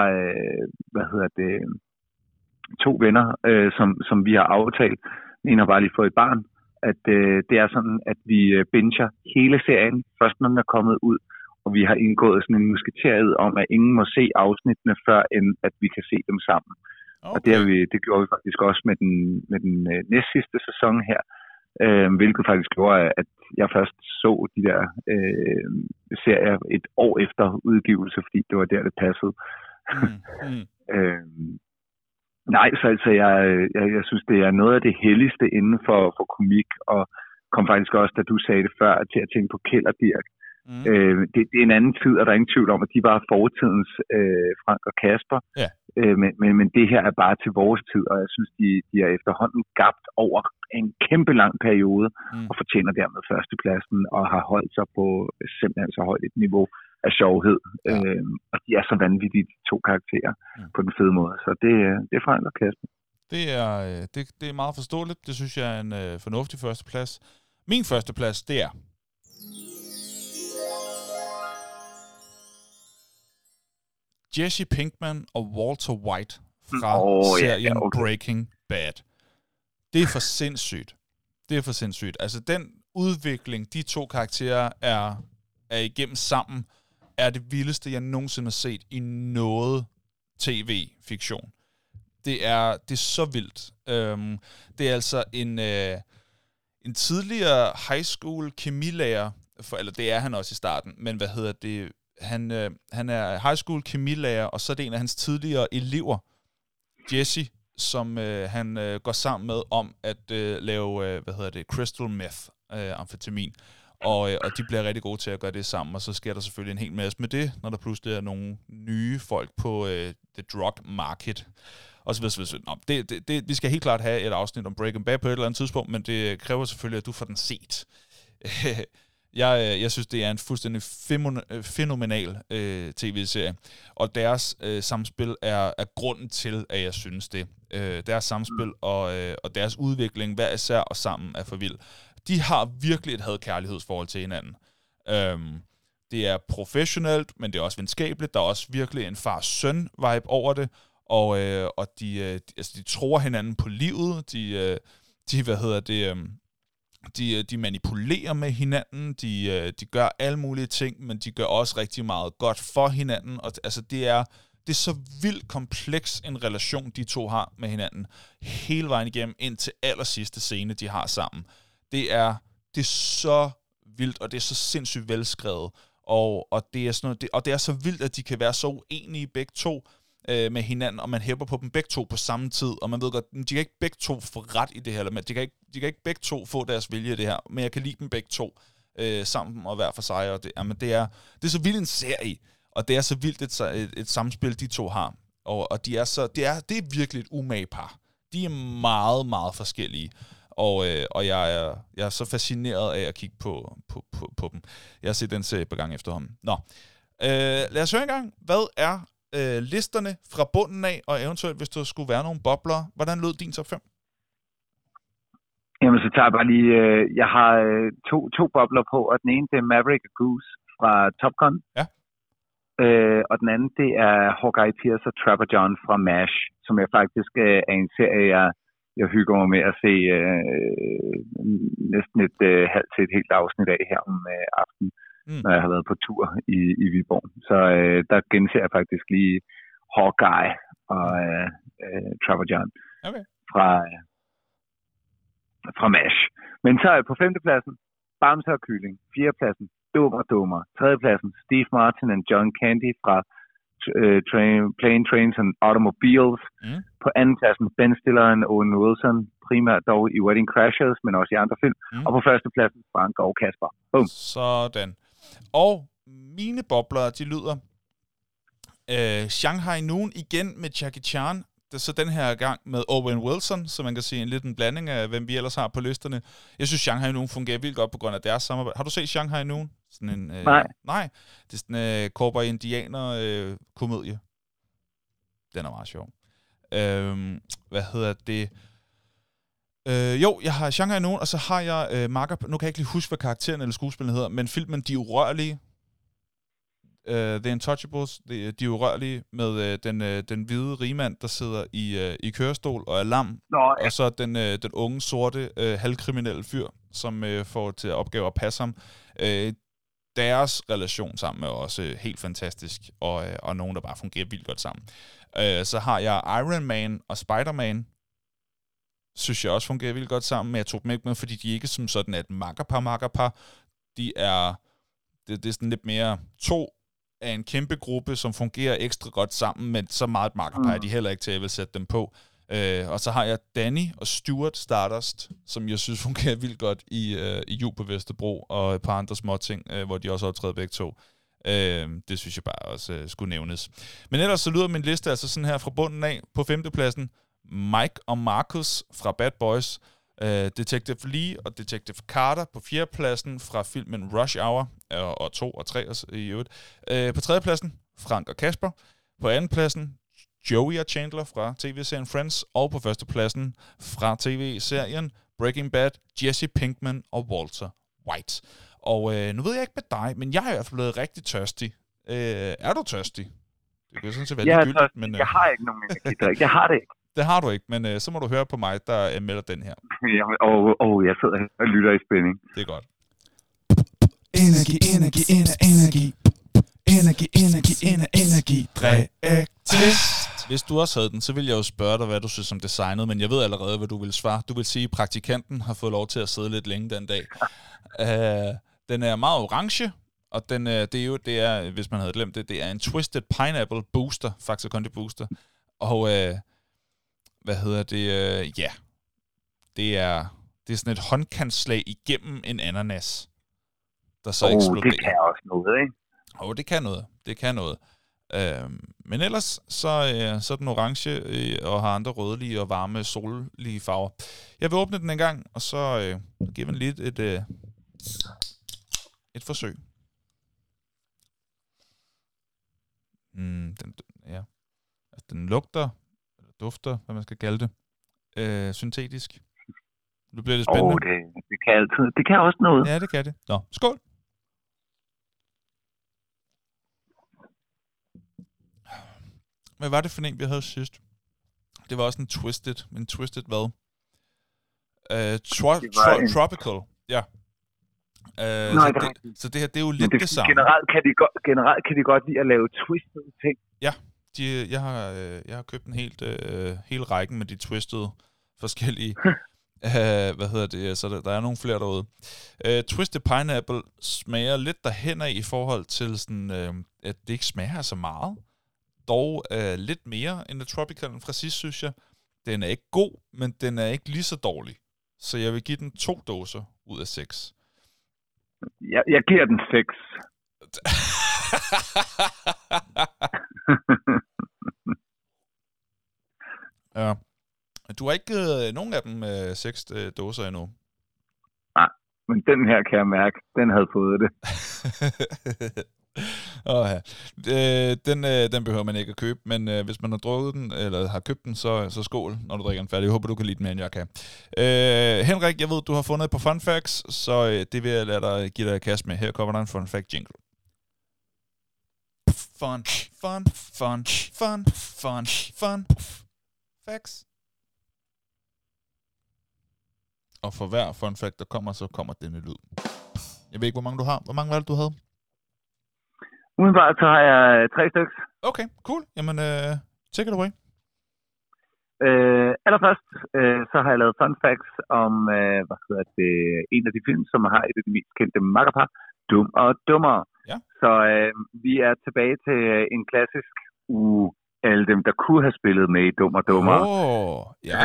Speaker 2: to venner, som vi har aftalt. En har bare lige fået et barn. At det er sådan, at vi binger hele serien, først når den er kommet ud, og vi har indgået sådan en musketeriet om, at ingen må se afsnittene, før end at vi kan se dem sammen. Okay. Og det gjorde vi faktisk også med den næstsidste sæson her, hvilket faktisk gjorde, at jeg først så de der serier et år efter udgivelse, fordi det var der, det passede. Nej, så altså, jeg synes, det er noget af det helligste inden for komik, og kom faktisk også, da du sagde det før, til at tænke på Kjeld og Dirch. Det er en anden tid, og der er ingen tvivl om, at de var fortidens Frank og Kasper. Ja. Men det her er bare til vores tid, og jeg synes, de er efterhånden gabt over en kæmpe lang periode, og fortjener dermed førstepladsen, og har holdt sig på simpelthen så højt et niveau af sjovhed. Ja. Og de er så vanvittige, de to karakterer, på den fede måde. Så det er Frank og Kasper.
Speaker 1: Det er meget forståeligt. Det synes jeg er en fornuftig førsteplads. Min førsteplads, det er Jesse Pinkman og Walter White fra serien Breaking Bad. Det er for sindssygt. Altså den udvikling, de to karakterer er igennem sammen, er det vildeste, jeg nogensinde har set i noget tv-fiktion. Det er så vildt. Det er altså en tidligere high school kemilærer, eller det er han også i starten, men han er high school kemilærer, og så er det en af hans tidligere elever, Jesse, som han går sammen med om at lave, crystal meth, amfetamin. Og de bliver rigtig gode til at gøre det sammen, og så sker der selvfølgelig en hel masse med det, når der pludselig er nogle nye folk på the drug market. Og så videre. Vi skal helt klart have et afsnit om Breaking Bad på et eller andet tidspunkt, men det kræver selvfølgelig, at du får den set. Jeg synes, det er en fuldstændig fænomenal tv-serie, og deres samspil er grunden til, at jeg synes det. Deres samspil og deres udvikling, hver især og sammen, er for vild. De har virkelig et had-kærlighedsforhold til hinanden. Det er professionelt, men det er også venskabeligt. Der er også virkelig en far-søn-vibe over det, og de tror hinanden på livet. De manipulerer med hinanden, de gør alle mulige ting, men de gør også rigtig meget godt for hinanden. Og altså det er så vildt kompleks en relation, de to har med hinanden, hele vejen igennem, indtil allersidste scene, de har sammen. Det er så vildt, og det er så sindssygt velskrevet, og det er sådan noget, og det er så vildt, at de kan være så uenige begge to med hinanden, og man hæpper på dem begge to på samme tid, og man ved godt, de kan ikke begge to få ret i det her, eller de kan ikke begge to få deres vilje i det her, men jeg kan lide dem begge to sammen og hver for sig, og det er så vildt en serie, og det er så vildt et samspil, de to har, og det er virkelig et umage par. De er meget, meget forskellige, og jeg er så fascineret af at kigge på dem. Jeg har set den serie på gang efterhånden. Nå, lad os høre en gang, hvad er listerne fra bunden af, og eventuelt, hvis der skulle være nogle bobler. Hvordan lød din top 5?
Speaker 2: Jamen, så tager jeg bare lige... jeg har to bobler på, og den ene, det er Maverick og Goose fra Top Gun. Ja. Og den anden, det er Hawkeye Pierce og Trapper John fra MASH, som jeg faktisk er en serie, jeg hygger mig med at se næsten et halvt til et helt afsnit af her om aftenen, når jeg har været på tur i Viborg. Så der genser jeg faktisk lige Hawkeye og Trapper John fra MASH. Men så er jeg på 5. pladsen Bamse og Kylling. 4. pladsen Dummer. 3. pladsen Steve Martin og John Candy fra Plane, Trains and Automobiles. På 2. pladsen Ben Stiller og Owen Wilson, primært dog i Wedding Crashers, men også i andre film. Og på 1. pladsen Frank og Kasper. Boom.
Speaker 1: Sådan. Og mine bobler, de lyder: Shanghai Noon igen med Jackie Chan. Det er så den her gang med Owen Wilson, så man kan sige en blanding af, hvem vi ellers har på listerne. Jeg synes, Shanghai Noon fungerer vildt godt på grund af deres samarbejde. Har du set Shanghai Noon? Sådan en, nej. Det er sådan en cowboy-indianer-komedie. Den er meget sjov. Hvad hedder det? Jo, jeg har Shanghai Noon, og så har jeg Makker. Nu kan jeg ikke lige huske, hvad karakteren eller skuespilleren hedder, men filmen De Urørlige. The Untouchables, de urørlige, med den hvide rigmand, der sidder i kørestol og er lam, og så den unge, sorte, halvkriminelle fyr, som får til opgave at passe ham. Deres relation sammen er også helt fantastisk, og nogen, der bare fungerer vildt godt sammen. Så har jeg Iron Man og Spider-Man, synes jeg også fungerer vildt godt sammen, men jeg tog dem ikke med, fordi de ikke som sådan er et makkerpar. Det er sådan lidt mere to af en kæmpe gruppe, som fungerer ekstra godt sammen, men så meget et makkerpar er de heller ikke til, at jeg vil sætte dem på. Og så har jeg Danny og Stuart Stardust, som jeg synes fungerer vildt godt i Jul på Vesterbro, og et par andre små ting, hvor de også optræder begge to. Det synes jeg bare også skulle nævnes. Men ellers så lyder min liste altså sådan her fra bunden af. På 5. pladsen, Mike og Marcus fra Bad Boys. Detective Lee og Detective Carter på 4. pladsen fra filmen Rush Hour, og 2 og 3 i øvrigt. På 3. pladsen, Frank og Kasper. På 2. pladsen, Joey og Chandler fra tv-serien Friends. Og på 1. pladsen fra tv-serien Breaking Bad, Jesse Pinkman og Walter White. Og nu ved jeg ikke med dig, men jeg er i hvert fald blevet rigtig tørstig. Er du tørstig? Det kan sådan set være ligegyldigt, men
Speaker 2: jeg har ikke nogen energidrik. Jeg har det ikke.
Speaker 1: Det har du ikke, men så må du høre på mig, der melder den her.
Speaker 2: Jeg sidder og lytter i spænding.
Speaker 1: Det er godt. Energi. Hvis du også havde den, så ville jeg jo spørge dig, hvad du synes om designet, men jeg ved allerede, hvad du vil svare. Du vil sige, at praktikanten har fået lov til at sidde lidt længe den dag. Den er meget orange, og det er, hvis man havde glemt det, det er en Twisted Pineapple Booster, Faxe Kondi Booster. Og hvad hedder det? Ja, det er sådan et håndkantslag igennem en ananas, der så eksploderer.
Speaker 2: Det kan også noget, ikke?
Speaker 1: Det kan noget. Men ellers så er den orange og har andre rødlige og varme sollige farver. Jeg vil åbne den en gang, og så give den lidt et forsøg. Den lugter, eller dufter, hvad man skal kalde det, syntetisk. Nu bliver det spændende.
Speaker 2: Det kan altid. Det kan også noget.
Speaker 1: Ja, det kan det. Nå, skål! Hvad var det for en, vi havde sidst? Det var også en Twisted. En Twisted hvad? Tropical. Ja. Så det her, det er jo lidt det samme.
Speaker 2: Generelt kan de godt lide at lave twisted ting.
Speaker 1: Ja, jeg har købt en hel rækken med de twisted forskellige. Hvad hedder det? Så der er nogle flere derude. Twisted Pineapple smager lidt derhen af i forhold til sådan, at det ikke smager så meget. Dog lidt mere end Tropicalen fra sidst, synes jeg. Den er ikke god, men den er ikke lige så dårlig. Så jeg vil give den 2 dåser ud af 6.
Speaker 2: Jeg giver den 6.
Speaker 1: Ja. Du har ikke givet nogen af dem 6 dåser endnu.
Speaker 2: Nej, men den her kan jeg mærke, den havde fået det.
Speaker 1: Den behøver man ikke at købe, men hvis man har drukket den, eller har købt den, så skål, når du drikker den færdig. Jeg håber, du kan lide den mere, end jeg kan. Henrik, jeg ved, du har fundet et par fun facts, så det vil jeg lade dig give dig kast med. Her kommer der en fun fact jingle. Fun facts. Og for hver fun fact, der kommer, så kommer denne lyd. Jeg ved ikke, hvor mange du har. Hvor mange var det, du havde?
Speaker 2: Umiddelbart så har jeg 3 stykker.
Speaker 1: Okay, cool. Jamen, take it away.
Speaker 2: Allerførst, så har jeg lavet fun facts om, en af de film, som har et af de mest kendte makkerpar, Dum og Dummere.
Speaker 1: Ja.
Speaker 2: Så vi er tilbage til en klassisk alle dem, der kunne have spillet med i Dum og Dummere.
Speaker 1: Ja.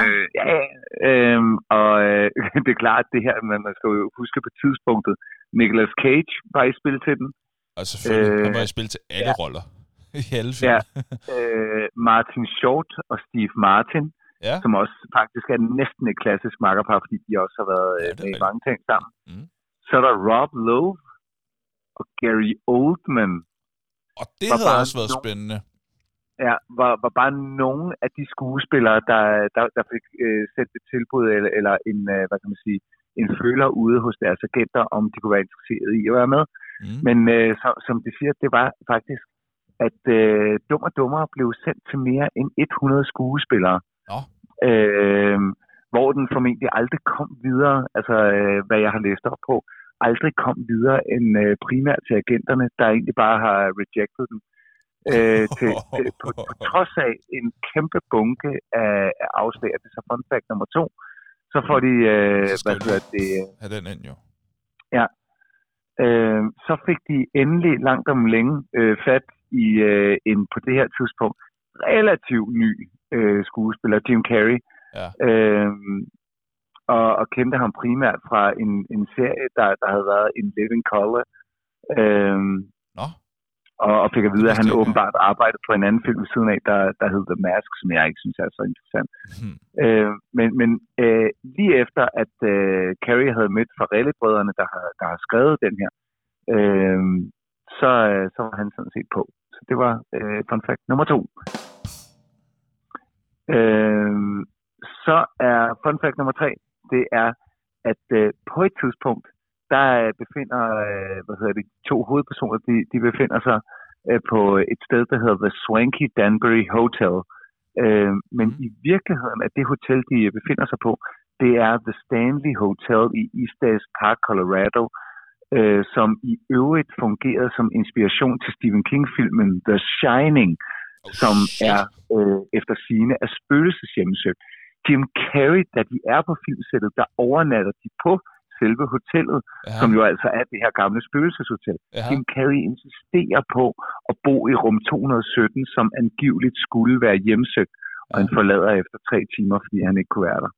Speaker 2: Det er klart, det her, man skal jo huske på tidspunktet. Nicolas Cage var i spil til den.
Speaker 1: Og selvfølgelig, han var i spil til alle roller. I alle film.
Speaker 2: Ja. Martin Short og Steve Martin, som også faktisk er næsten et klassisk makkerpar, fordi de også har været med i mange ting sammen. Mm. Så er der Rob Lowe og Gary Oldman.
Speaker 1: Og det havde også været spændende.
Speaker 2: Ja, var bare nogle af de skuespillere, der fik sendt et tilbud eller en, hvad kan man sige, en føler ude hos deres agenter, om de kunne være interesseret i at være med. Mm. Men som de siger, det var faktisk, at Dum og Dummere blev sendt til mere end 100 skuespillere. Oh. Hvor den formentlig aldrig kom videre, altså hvad jeg har læst op på, aldrig kom videre end primært til agenterne, der egentlig bare har rejected dem. På trods af en kæmpe bunke af afslag. Det er så fun fact nummer 2. Så får de,
Speaker 1: have den ind jo.
Speaker 2: Ja. Så fik de endelig langt om længe fat i en på det her tidspunkt relativt ny skuespiller, Jim Carrey. Ja. Og kendte ham primært fra en serie, der havde været In Living Color. Og fik at vide, at han åbenbart arbejdede på en anden film ved siden af, der hed The Mask, som jeg ikke synes er så interessant. Men lige efter, at Carrey havde mødt Farrelly-brødrene, der har skrevet den her, så var han sådan set på. Så det var fun fact nummer 2. Så er fun fact nummer 3, det er, at på et tidspunkt, der befinder to hovedpersoner, de befinder sig på et sted, der hedder The Swanky Danbury Hotel. Men i virkeligheden er det hotel, de befinder sig på, det er The Stanley Hotel i East Park, Colorado, som i øvrigt fungerede som inspiration til Stephen King-filmen The Shining, som er efter sigende af spøgelseshjemmesøgt. Jim Carrey, da de er på filmsættet, der overnatter de på selve hotellet, som jo altså er det her gamle spøgelseshotel. Jim Carrey insisterer på at bo i rum 217, som angiveligt skulle være hjemsøgt, og han forlader efter 3 timer, fordi han ikke kunne være der.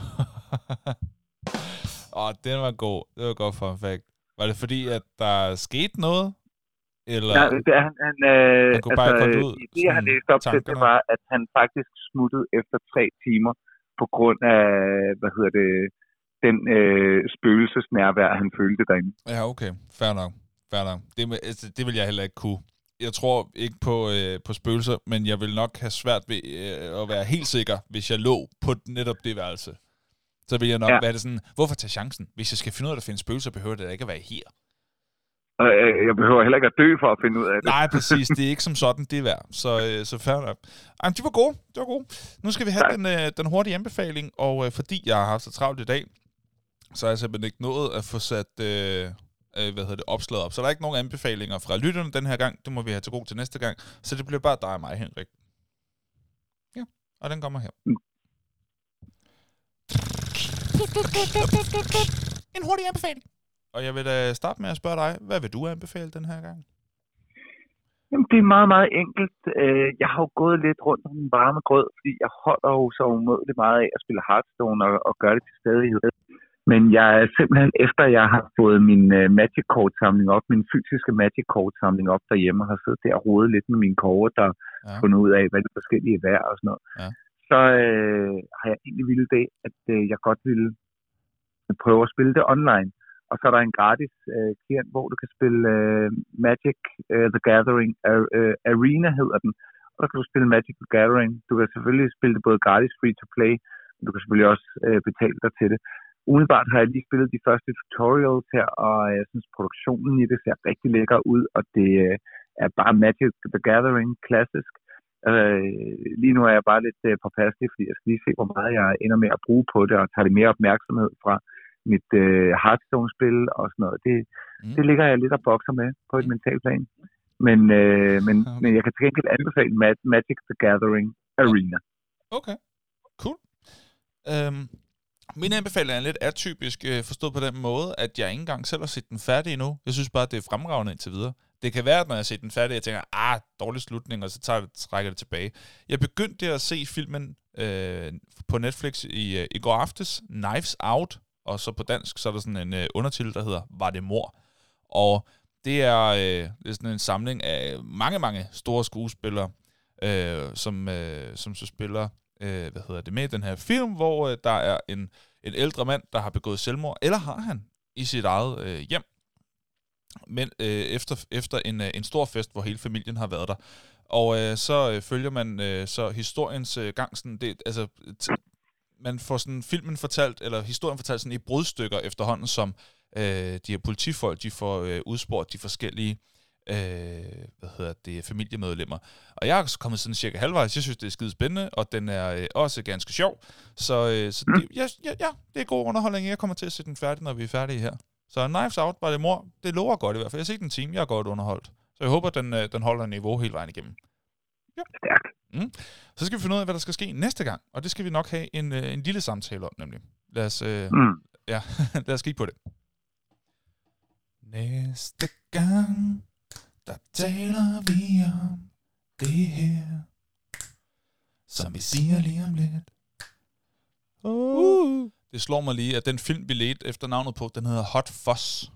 Speaker 1: Den var god. Det var godt for en fact. Var det fordi, at der skete noget? Eller
Speaker 2: ja, han kunne bare komme ud? Det, jeg har læst op til, det var, at han faktisk smuttede efter 3 timer, på grund af, den spøgelsesnærvær, han følte derinde.
Speaker 1: Ja, okay. Fair nok. Det vil jeg heller ikke kunne. Jeg tror ikke på spøgelser, men jeg vil nok have svært ved at være helt sikker, hvis jeg lå på netop det værelse. Så vil jeg nok være det sådan, hvorfor tage chancen? Hvis jeg skal finde ud af at finde spøgelser, behøver det ikke at være her.
Speaker 2: Jeg behøver heller ikke at dø for at finde ud af det.
Speaker 1: Nej, præcis. Det er ikke som sådan, det er værd. Så fair nok. De var gode. Nu skal vi have den hurtige anbefaling, og fordi jeg har haft så travlt i dag, så har jeg simpelthen ikke nået at få sat opslaget op. Så der er ikke nogen anbefalinger fra lytterne den her gang. Det må vi have til god til næste gang. Så det bliver bare dig og mig, Henrik. Ja, og den kommer her. En hurtig anbefaling. Og jeg vil da starte med at spørge dig, hvad vil du anbefale den her gang?
Speaker 2: Jamen, det er meget, meget enkelt. Jeg har jo gået lidt rundt om den varme grød, fordi jeg holder jo så umådeligt meget af at spille Hearthstone og gøre det til stadighed. Men jeg er simpelthen, efter jeg har fået min Magic-kort-samling op, min fysiske Magic-kort-samling op derhjemme, og har siddet der og rodet lidt med mine kort, der har fundet ud af, hvad det forskellige er værd og sådan noget, så har jeg egentlig ville det, at jeg godt ville prøve at spille det online. Og så er der en gratis klient, hvor du kan spille Magic the Gathering Arena hedder den. Og der kan du spille Magic the Gathering. Du kan selvfølgelig spille det både gratis, free to play, men du kan selvfølgelig også betale dig til det. Umiddelbart har jeg lige spillet de første tutorials her, og jeg synes produktionen i det ser rigtig lækker ud, og det er bare Magic the Gathering klassisk. Lige nu er jeg bare lidt påpasselig, fordi jeg skal lige se, hvor meget jeg ender med at bruge på det, og tager det mere opmærksomhed fra mit Hearthstone-spil og sådan noget. Det ligger jeg lidt og bokser med på et mentalt plan. Men jeg kan til gengæld anbefale Magic the Gathering Arena.
Speaker 1: Okay, cool. Min anbefaling er lidt atypisk forstået på den måde, at jeg ikke engang selv har set den færdig endnu. Jeg synes bare, det er fremragende indtil videre. Det kan være, at når jeg har set den færdig, jeg tænker, dårlig slutning, og så trækker det tilbage. Jeg begyndte at se filmen på Netflix i går aftes, Knives Out, og så på dansk, så er der sådan en undertitel, der hedder Var det mord? Og det er sådan en samling af mange store skuespillere, som så spiller med i den her film, hvor der er en ældre mand, der har begået selvmord, eller har han i sit eget hjem, men efter en stor fest, hvor hele familien har været der. Og så følger man så historiens gang, sådan det, altså man får sådan filmen fortalt, eller historien fortalt sådan i brudstykker efterhånden, som de her politifolk, de får udspurgt de forskellige familiemedlemmer. Og jeg er kommet sådan cirka halvvejs. Jeg synes, det er skide spændende, og den er også ganske sjov. Så det er god underholdning. Jeg kommer til at se den færdig, når vi er færdige her. Så Knives Out by the Mor, det lover godt i hvert fald. Jeg har set en time, jeg er godt underholdt. Så jeg håber, den holder niveau hele vejen igennem. Ja. Så skal vi finde ud af, hvad der skal ske næste gang. Og det skal vi nok have en lille samtale om, nemlig. Lad os kigge på det. Næste gang, der taler vi om det her, som vi siger lige om lidt. Det slår mig lige, at den film, vi ledte efter navnet på, den hedder Hot Fuzz.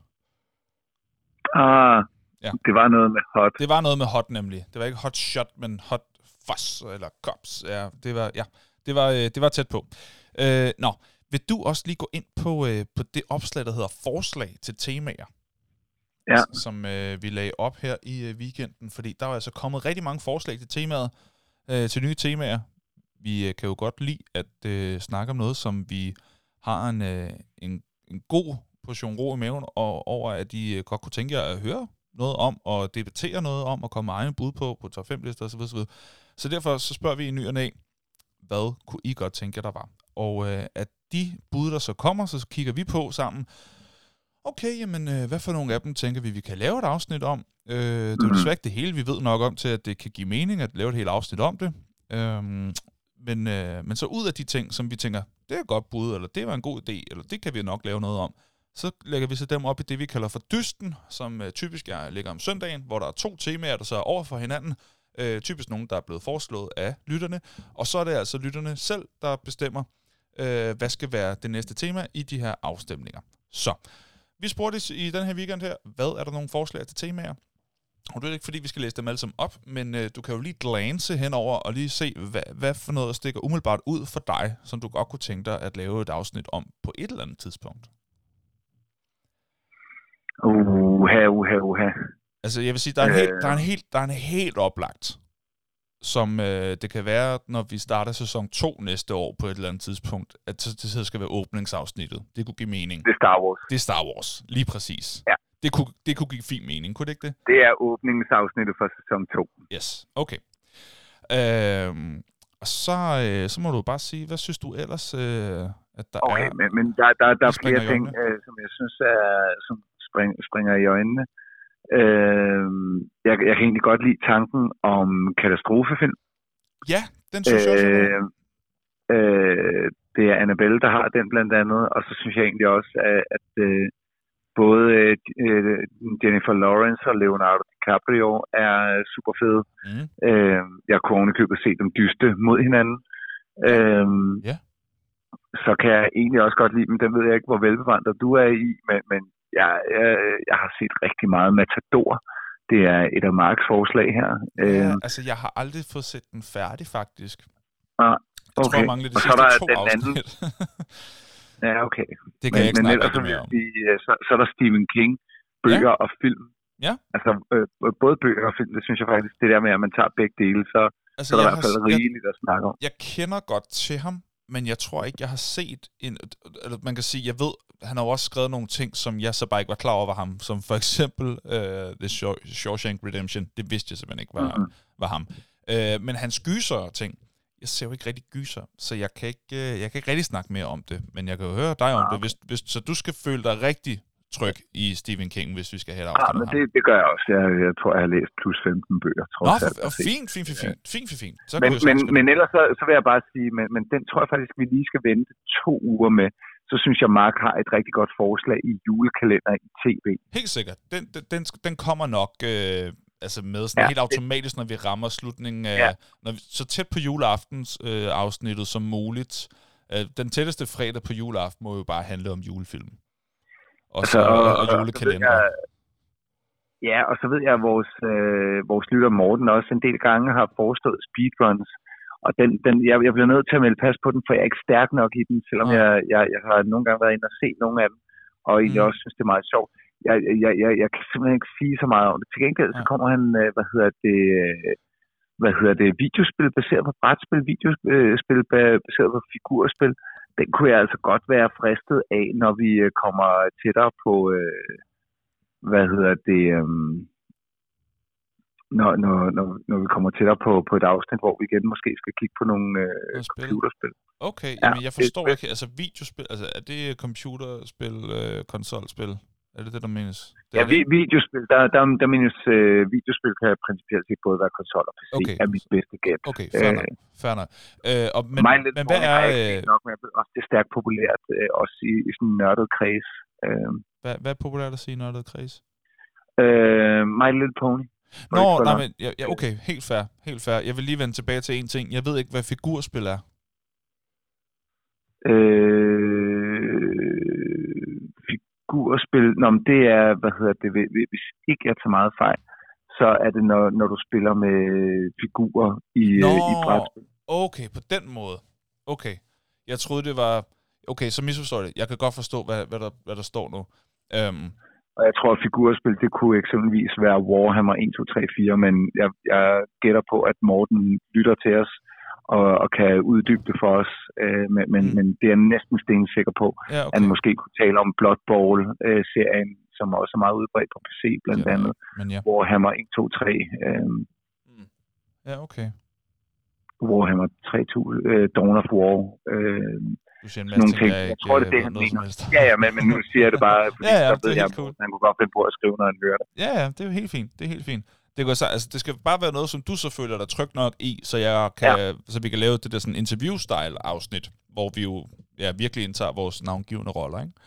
Speaker 2: Ja. Det var noget med hot.
Speaker 1: Det var noget med hot, nemlig. Det var ikke hot shot, men hot fuzz, eller cops. Ja, det var tæt på. Vil du også lige gå ind på det opslag, der hedder forslag til temaer?
Speaker 2: Ja.
Speaker 1: Som vi lagde op her i weekenden, fordi der er altså kommet rigtig mange forslag til temaet, til nye temaer. Vi kan jo godt lide at snakke om noget, som vi har en god portion ro i maven, og over at I godt kunne tænke jer at høre noget om, og debattere noget om, og komme med egne bud på top 5-lister osv. Så derfor så spørger vi i ny og næ, hvad kunne I godt tænke jer, der var? Og at de bud, der så kommer, så kigger vi på sammen. Okay, jamen, hvad for nogle af dem tænker vi kan lave et afsnit om? Det er jo desværre ikke det hele, vi ved nok om, til at det kan give mening at lave et helt afsnit om det. Men så ud af de ting, som vi tænker, det er et godt bud, eller det var en god idé, eller det kan vi nok lave noget om, så lægger vi så dem op i det, vi kalder for dysten, som typisk ligger om søndagen, hvor der er 2 temaer, der så er over for hinanden. Typisk nogen, der er blevet foreslået af lytterne. Og så er det altså lytterne selv, der bestemmer, hvad skal være det næste tema i de her afstemninger. Så vi spurgte i den her weekend her, hvad er der nogle forslag til temaer? Og det er ikke fordi, vi skal læse dem alle sammen op, men du kan jo lige glance henover og lige se, hvad for noget der stikker umiddelbart ud for dig, som du godt kunne tænke dig at lave et afsnit om på et eller andet tidspunkt. Altså, jeg vil sige, der er en helt oplagt, som det kan være, når vi starter sæson 2 næste år på et eller andet tidspunkt, at det skal være åbningsafsnittet. Det kunne give mening.
Speaker 2: Det er Star Wars.
Speaker 1: Det er Star Wars, lige præcis.
Speaker 2: Ja.
Speaker 1: Det kunne give fin mening, kunne det ikke det?
Speaker 2: Det er åbningsafsnittet for sæson 2.
Speaker 1: Yes, okay. Og så må du bare sige, hvad synes du ellers, at der er?
Speaker 2: Okay, men der er flere ting, som jeg synes som springer i øjnene. Jeg kan egentlig godt lide tanken om katastrofefilm.
Speaker 1: Ja, den synes jeg også.
Speaker 2: Det er Annabelle, der har den blandt andet, og så synes jeg egentlig også, at både Jennifer Lawrence og Leonardo DiCaprio er super fede. Jeg kunne ovenikøbet se dem dyste mod hinanden. Så kan jeg egentlig også godt lide, men den ved jeg ikke, hvor velbevandret du er i, men jeg har set rigtig meget Matador. Det er et af Marks forslag her.
Speaker 1: Altså, jeg har aldrig fået set den færdig, faktisk.
Speaker 2: Okay.
Speaker 1: Jeg tror, jeg mangler de sidste 2 afsnit.
Speaker 2: Ja, okay.
Speaker 1: Det kan jeg ikke snakke rigtig mere om.
Speaker 2: Så er der Stephen King, bøger og film.
Speaker 1: Ja.
Speaker 2: Altså, både bøger og film, det synes jeg faktisk, det der med, at man tager begge dele, så er der i hvert fald rigeligt at snakke om.
Speaker 1: Jeg kender godt til ham, men jeg tror ikke, jeg har set eller man kan sige, jeg ved, han har jo også skrevet nogle ting, som jeg så bare ikke var klar over var ham, som for eksempel The Shawshank Redemption. Det vidste jeg simpelthen ikke var ham. Men hans gyser ting, jeg ser jo ikke rigtig gyser, så jeg kan ikke rigtig snakke mere om det, men jeg kan jo høre dig om det, så du skal føle dig rigtig tryg i Stephen King, hvis vi skal have et afsnit.
Speaker 2: Men det gør jeg også. Jeg tror, jeg har læst plus 15 bøger.
Speaker 1: Fint.
Speaker 2: Men ellers så vil jeg bare sige, men den tror jeg faktisk, vi lige skal vente 2 uger med. Så synes jeg, Mark har et rigtig godt forslag i julekalender i tv.
Speaker 1: Helt sikkert. Den kommer nok altså med sådan helt automatisk, når vi rammer slutningen af, så tæt på juleaftens afsnittet som muligt. Den tætteste fredag på juleaften må jo bare handle om julefilm. Og julekalender.
Speaker 2: Ja, og så ved jeg, at vores lytter Morten også en del gange har forestået speedruns. Og jeg bliver nødt til at melde pas på den, for jeg er ikke stærk nok i den, selvom jeg har nogle gange været inde og set nogle af dem, og egentlig også synes, det er meget sjovt. Jeg kan simpelthen ikke sige så meget om det. Til gengæld så kommer han, videospil baseret på brætspil, videospil baseret på figurspil. Den kunne jeg altså godt være fristet af, når vi kommer tættere på, når vi kommer tættere på et afsnit, hvor vi igen måske skal kigge på nogle computerspil.
Speaker 1: Okay, jamen jeg forstår ikke, altså videospil, altså er det computerspil, konsolspil? Er det der menes?
Speaker 2: Videospil, der menes videospil kan principielt set både være konsol og PC, er mit bedste gæt.
Speaker 1: Okay, fair nok. Men hvad er...
Speaker 2: Nok, men også det er stærkt populært, også i sådan en nørdet kreds.
Speaker 1: Hvad er populært at sige i nørdet kreds?
Speaker 2: My Little Pony.
Speaker 1: Nå, nej, men okay, helt fair. Jeg vil lige vende tilbage til en ting. Jeg ved ikke, hvad figurspil er.
Speaker 2: Figurspil, men det er, hvis ikke jeg tager meget fejl, så er det, når du spiller med figurer i brætspil.
Speaker 1: Okay, på den måde. Okay. Jeg troede, det var... Okay, så misforstår det. Jeg kan godt forstå, hvad der står nu.
Speaker 2: Og jeg tror, at figurspil, det kunne eksempelvis være Warhammer 1, 2, 3, 4, men jeg gætter på, at Morten lytter til os og kan uddybe det for os. Men det er næsten stensikker på, at han måske kunne tale om Blood Bowl-serien, som også er meget udbredt på PC, blandt andet. Warhammer 1, 2, 3.
Speaker 1: Ja, okay.
Speaker 2: Warhammer 3000, Dawn of War.
Speaker 1: Du siger en masse ting, jeg
Speaker 2: tror, det er det, han mener. Ja, men nu siger jeg det bare, fordi så ved jeg, cool. Han kunne godt finde på at skrive, når han hører det.
Speaker 1: Ja, det er jo helt fint. Det skal bare være noget, som du så føler dig tryg nok i, så vi kan lave det der sådan interview-style-afsnit, hvor vi jo virkelig indtager vores navngivende roller, ikke?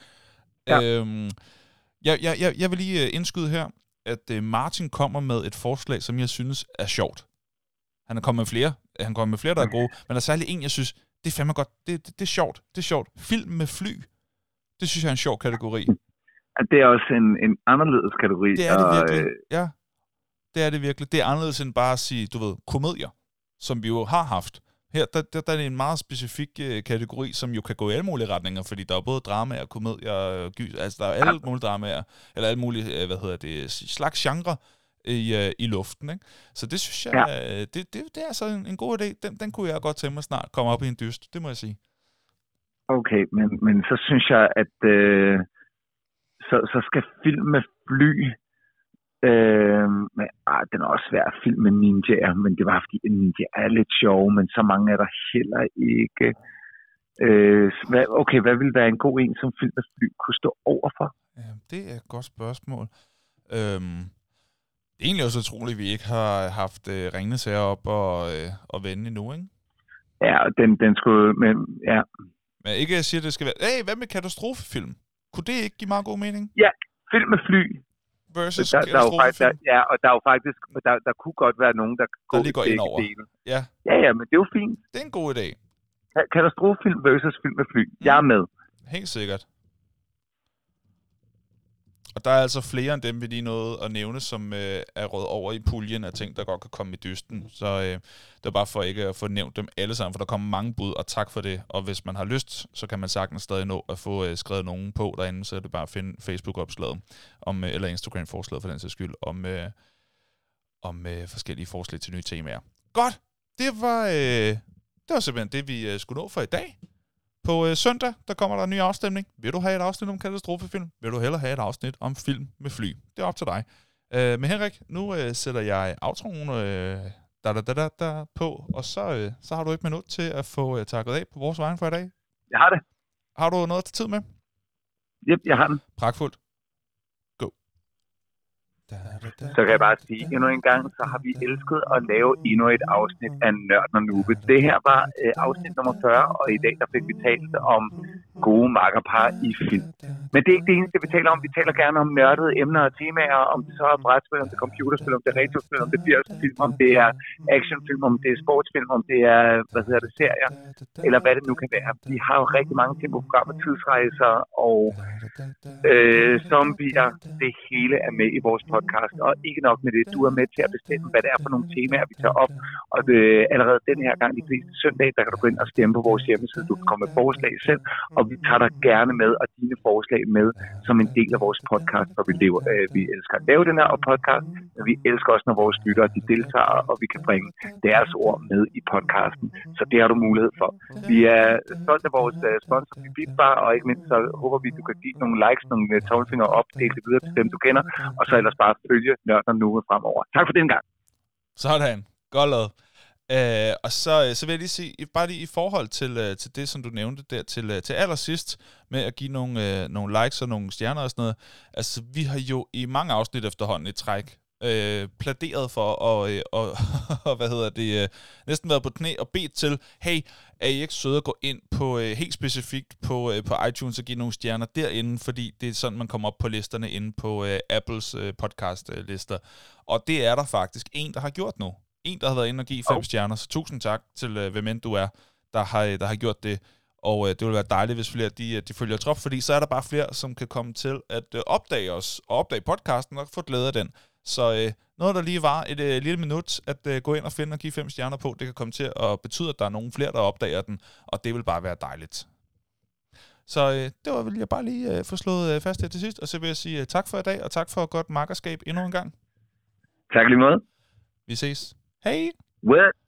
Speaker 1: Ja. Jeg vil lige indskyde her, at Martin kommer med et forslag, som jeg synes er sjovt. Han er kommet med flere, der er gode, men der er særlig en, jeg synes, det er fandme godt. Det er sjovt. Film med fly. Det synes jeg er en sjov kategori.
Speaker 2: Det er også en anderledes kategori.
Speaker 1: Det er det virkelig. Ja. Det er det virkelig. Det er anderledes end bare at sige, komedier, som vi jo har haft. Her, der er det en meget specifik kategori, som jo kan gå i alle mulige retninger, fordi der er både dramaer, komedier, gys, altså der er alle mulige dramaer, eller alle mulige, slags genre i luften, ikke? Så det synes jeg, det er altså en god idé. Den kunne jeg godt tænke mig snart komme op i en dyst, det må jeg sige.
Speaker 2: Okay, men så synes jeg, at så skal film med fly, den er også svær, film med ninjaer, men det var fordi ninja er lidt sjov, men så mange er der heller ikke. Hvad ville være en god en, som film med fly kunne stå overfor?
Speaker 1: Ja, det er et godt spørgsmål. Det er egentlig også utroligt, at vi ikke har haft Ringnes heroppe og vende endnu, ikke?
Speaker 2: Ja, den skulle... Men, ja.
Speaker 1: Men ikke jeg siger, at det skal være... Hvad med katastrofefilm? Kunne det ikke give meget god mening?
Speaker 2: Ja, film med fly.
Speaker 1: Versus katastrofefilm.
Speaker 2: Der er jo faktisk... Der kunne godt være nogen, der
Speaker 1: lige går ind over.
Speaker 2: Ja, men det er jo fint.
Speaker 1: Det er en god idé.
Speaker 2: Katastrofefilm versus film med fly. Jeg er med.
Speaker 1: Helt sikkert. Og der er altså flere end dem, vi lige nåede at nævne, som er råd over i puljen af ting, der godt kan komme i dysten. Så det er bare for ikke at få nævnt dem alle sammen, for der kommer mange bud, og tak for det. Og hvis man har lyst, så kan man sagtens stadig nå at få skrevet nogen på derinde, så er det bare at finde Facebook-opslaget, eller Instagram-forslaget for den sags skyld, om forskellige forslag til nye temaer. Godt! Det var simpelthen det, vi skulle nå for i dag. På søndag, der kommer der en ny afstemning. Vil du have et afsnit om katastrofefilm? Vil du hellere have et afsnit om film med fly? Det er op til dig. Men Henrik, nu sætter jeg outroen på, og så har du et minut til at få takket af på vores vejen for i dag.
Speaker 2: Jeg har det.
Speaker 1: Har du noget at tage tid med?
Speaker 2: Yep, jeg har den.
Speaker 1: Pragtfuldt. Go.
Speaker 2: Så kan jeg bare sige, endnu en gang, så har vi elsket at lave endnu et afsnit af Nørden og Nube. Det her var afsnit nummer 40, og i dag der fik vi talt om gode makkerpar i film. Men det er ikke det eneste, vi taler om. Vi taler gerne om nørdede emner og temaer, om det så er brætspil, om det er computerspil, om det er retrospil, om det er 80'er-film, om det er actionfilm, om det er sportsfilm, om det er, serier, eller hvad det nu kan være. Vi har jo rigtig mange ting på programmet, tidsrejser og zombier, det hele er med i vores podcast, og ikke nok med det, du er med til at bestemme, hvad det er for nogle temaer, vi tager op, og allerede den her gang, de fleste søndag, der kan du gå ind og stemme på vores hjemmeside, du kan komme med forslag selv, og vi tager dig gerne med, og dine forslag med, som en del af vores podcast, for vi elsker at lave den her podcast, men vi elsker også, når vores lyttere, de deltager, og vi kan bringe deres ord med i podcasten, så det har du mulighed for. Vi er stolt af vores sponsor, Bitbar, og ikke mindst så håber vi, du kan give nogle likes, nogle tommelfingre op, dele det videre til dem, du kender, og så ellers bare følge Nørden Nu fremover. Tak for den gang.
Speaker 1: Sådan. Godt lavet. Og så vil jeg lige sige, bare lige i forhold til det, som du nævnte der til allersidst, med at give nogle likes og nogle stjerner og sådan noget. Altså, vi har jo i mange afsnit efterhånden i træk pladeret for og næsten været på knæ og bedt til, hey, er I ikke søde at gå ind på helt specifikt på iTunes og give nogle stjerner derinde, fordi det er sådan, man kommer op på listerne inde på Apples podcast-lister. Og det er der faktisk en, der har gjort nu. En, der har været inde og give 5 stjerner, så tusind tak til hvem end du er, der har gjort det. Og det vil være dejligt, hvis flere de følger trop, fordi så er der bare flere, som kan komme til at opdage os, og opdage podcasten og få glæde af den. Så noget, der lige var et lille minut, at gå ind og finde og give 5 stjerner på, det kan komme til at betyde, at der er nogen flere, der opdager den, og det vil bare være dejligt. Så det vil jeg bare lige få slået fast her til sidst, og så vil jeg sige tak for i dag, og tak for et godt makkerskab endnu en gang.
Speaker 2: Tak lige måde.
Speaker 1: Vi ses. Hej!
Speaker 2: What?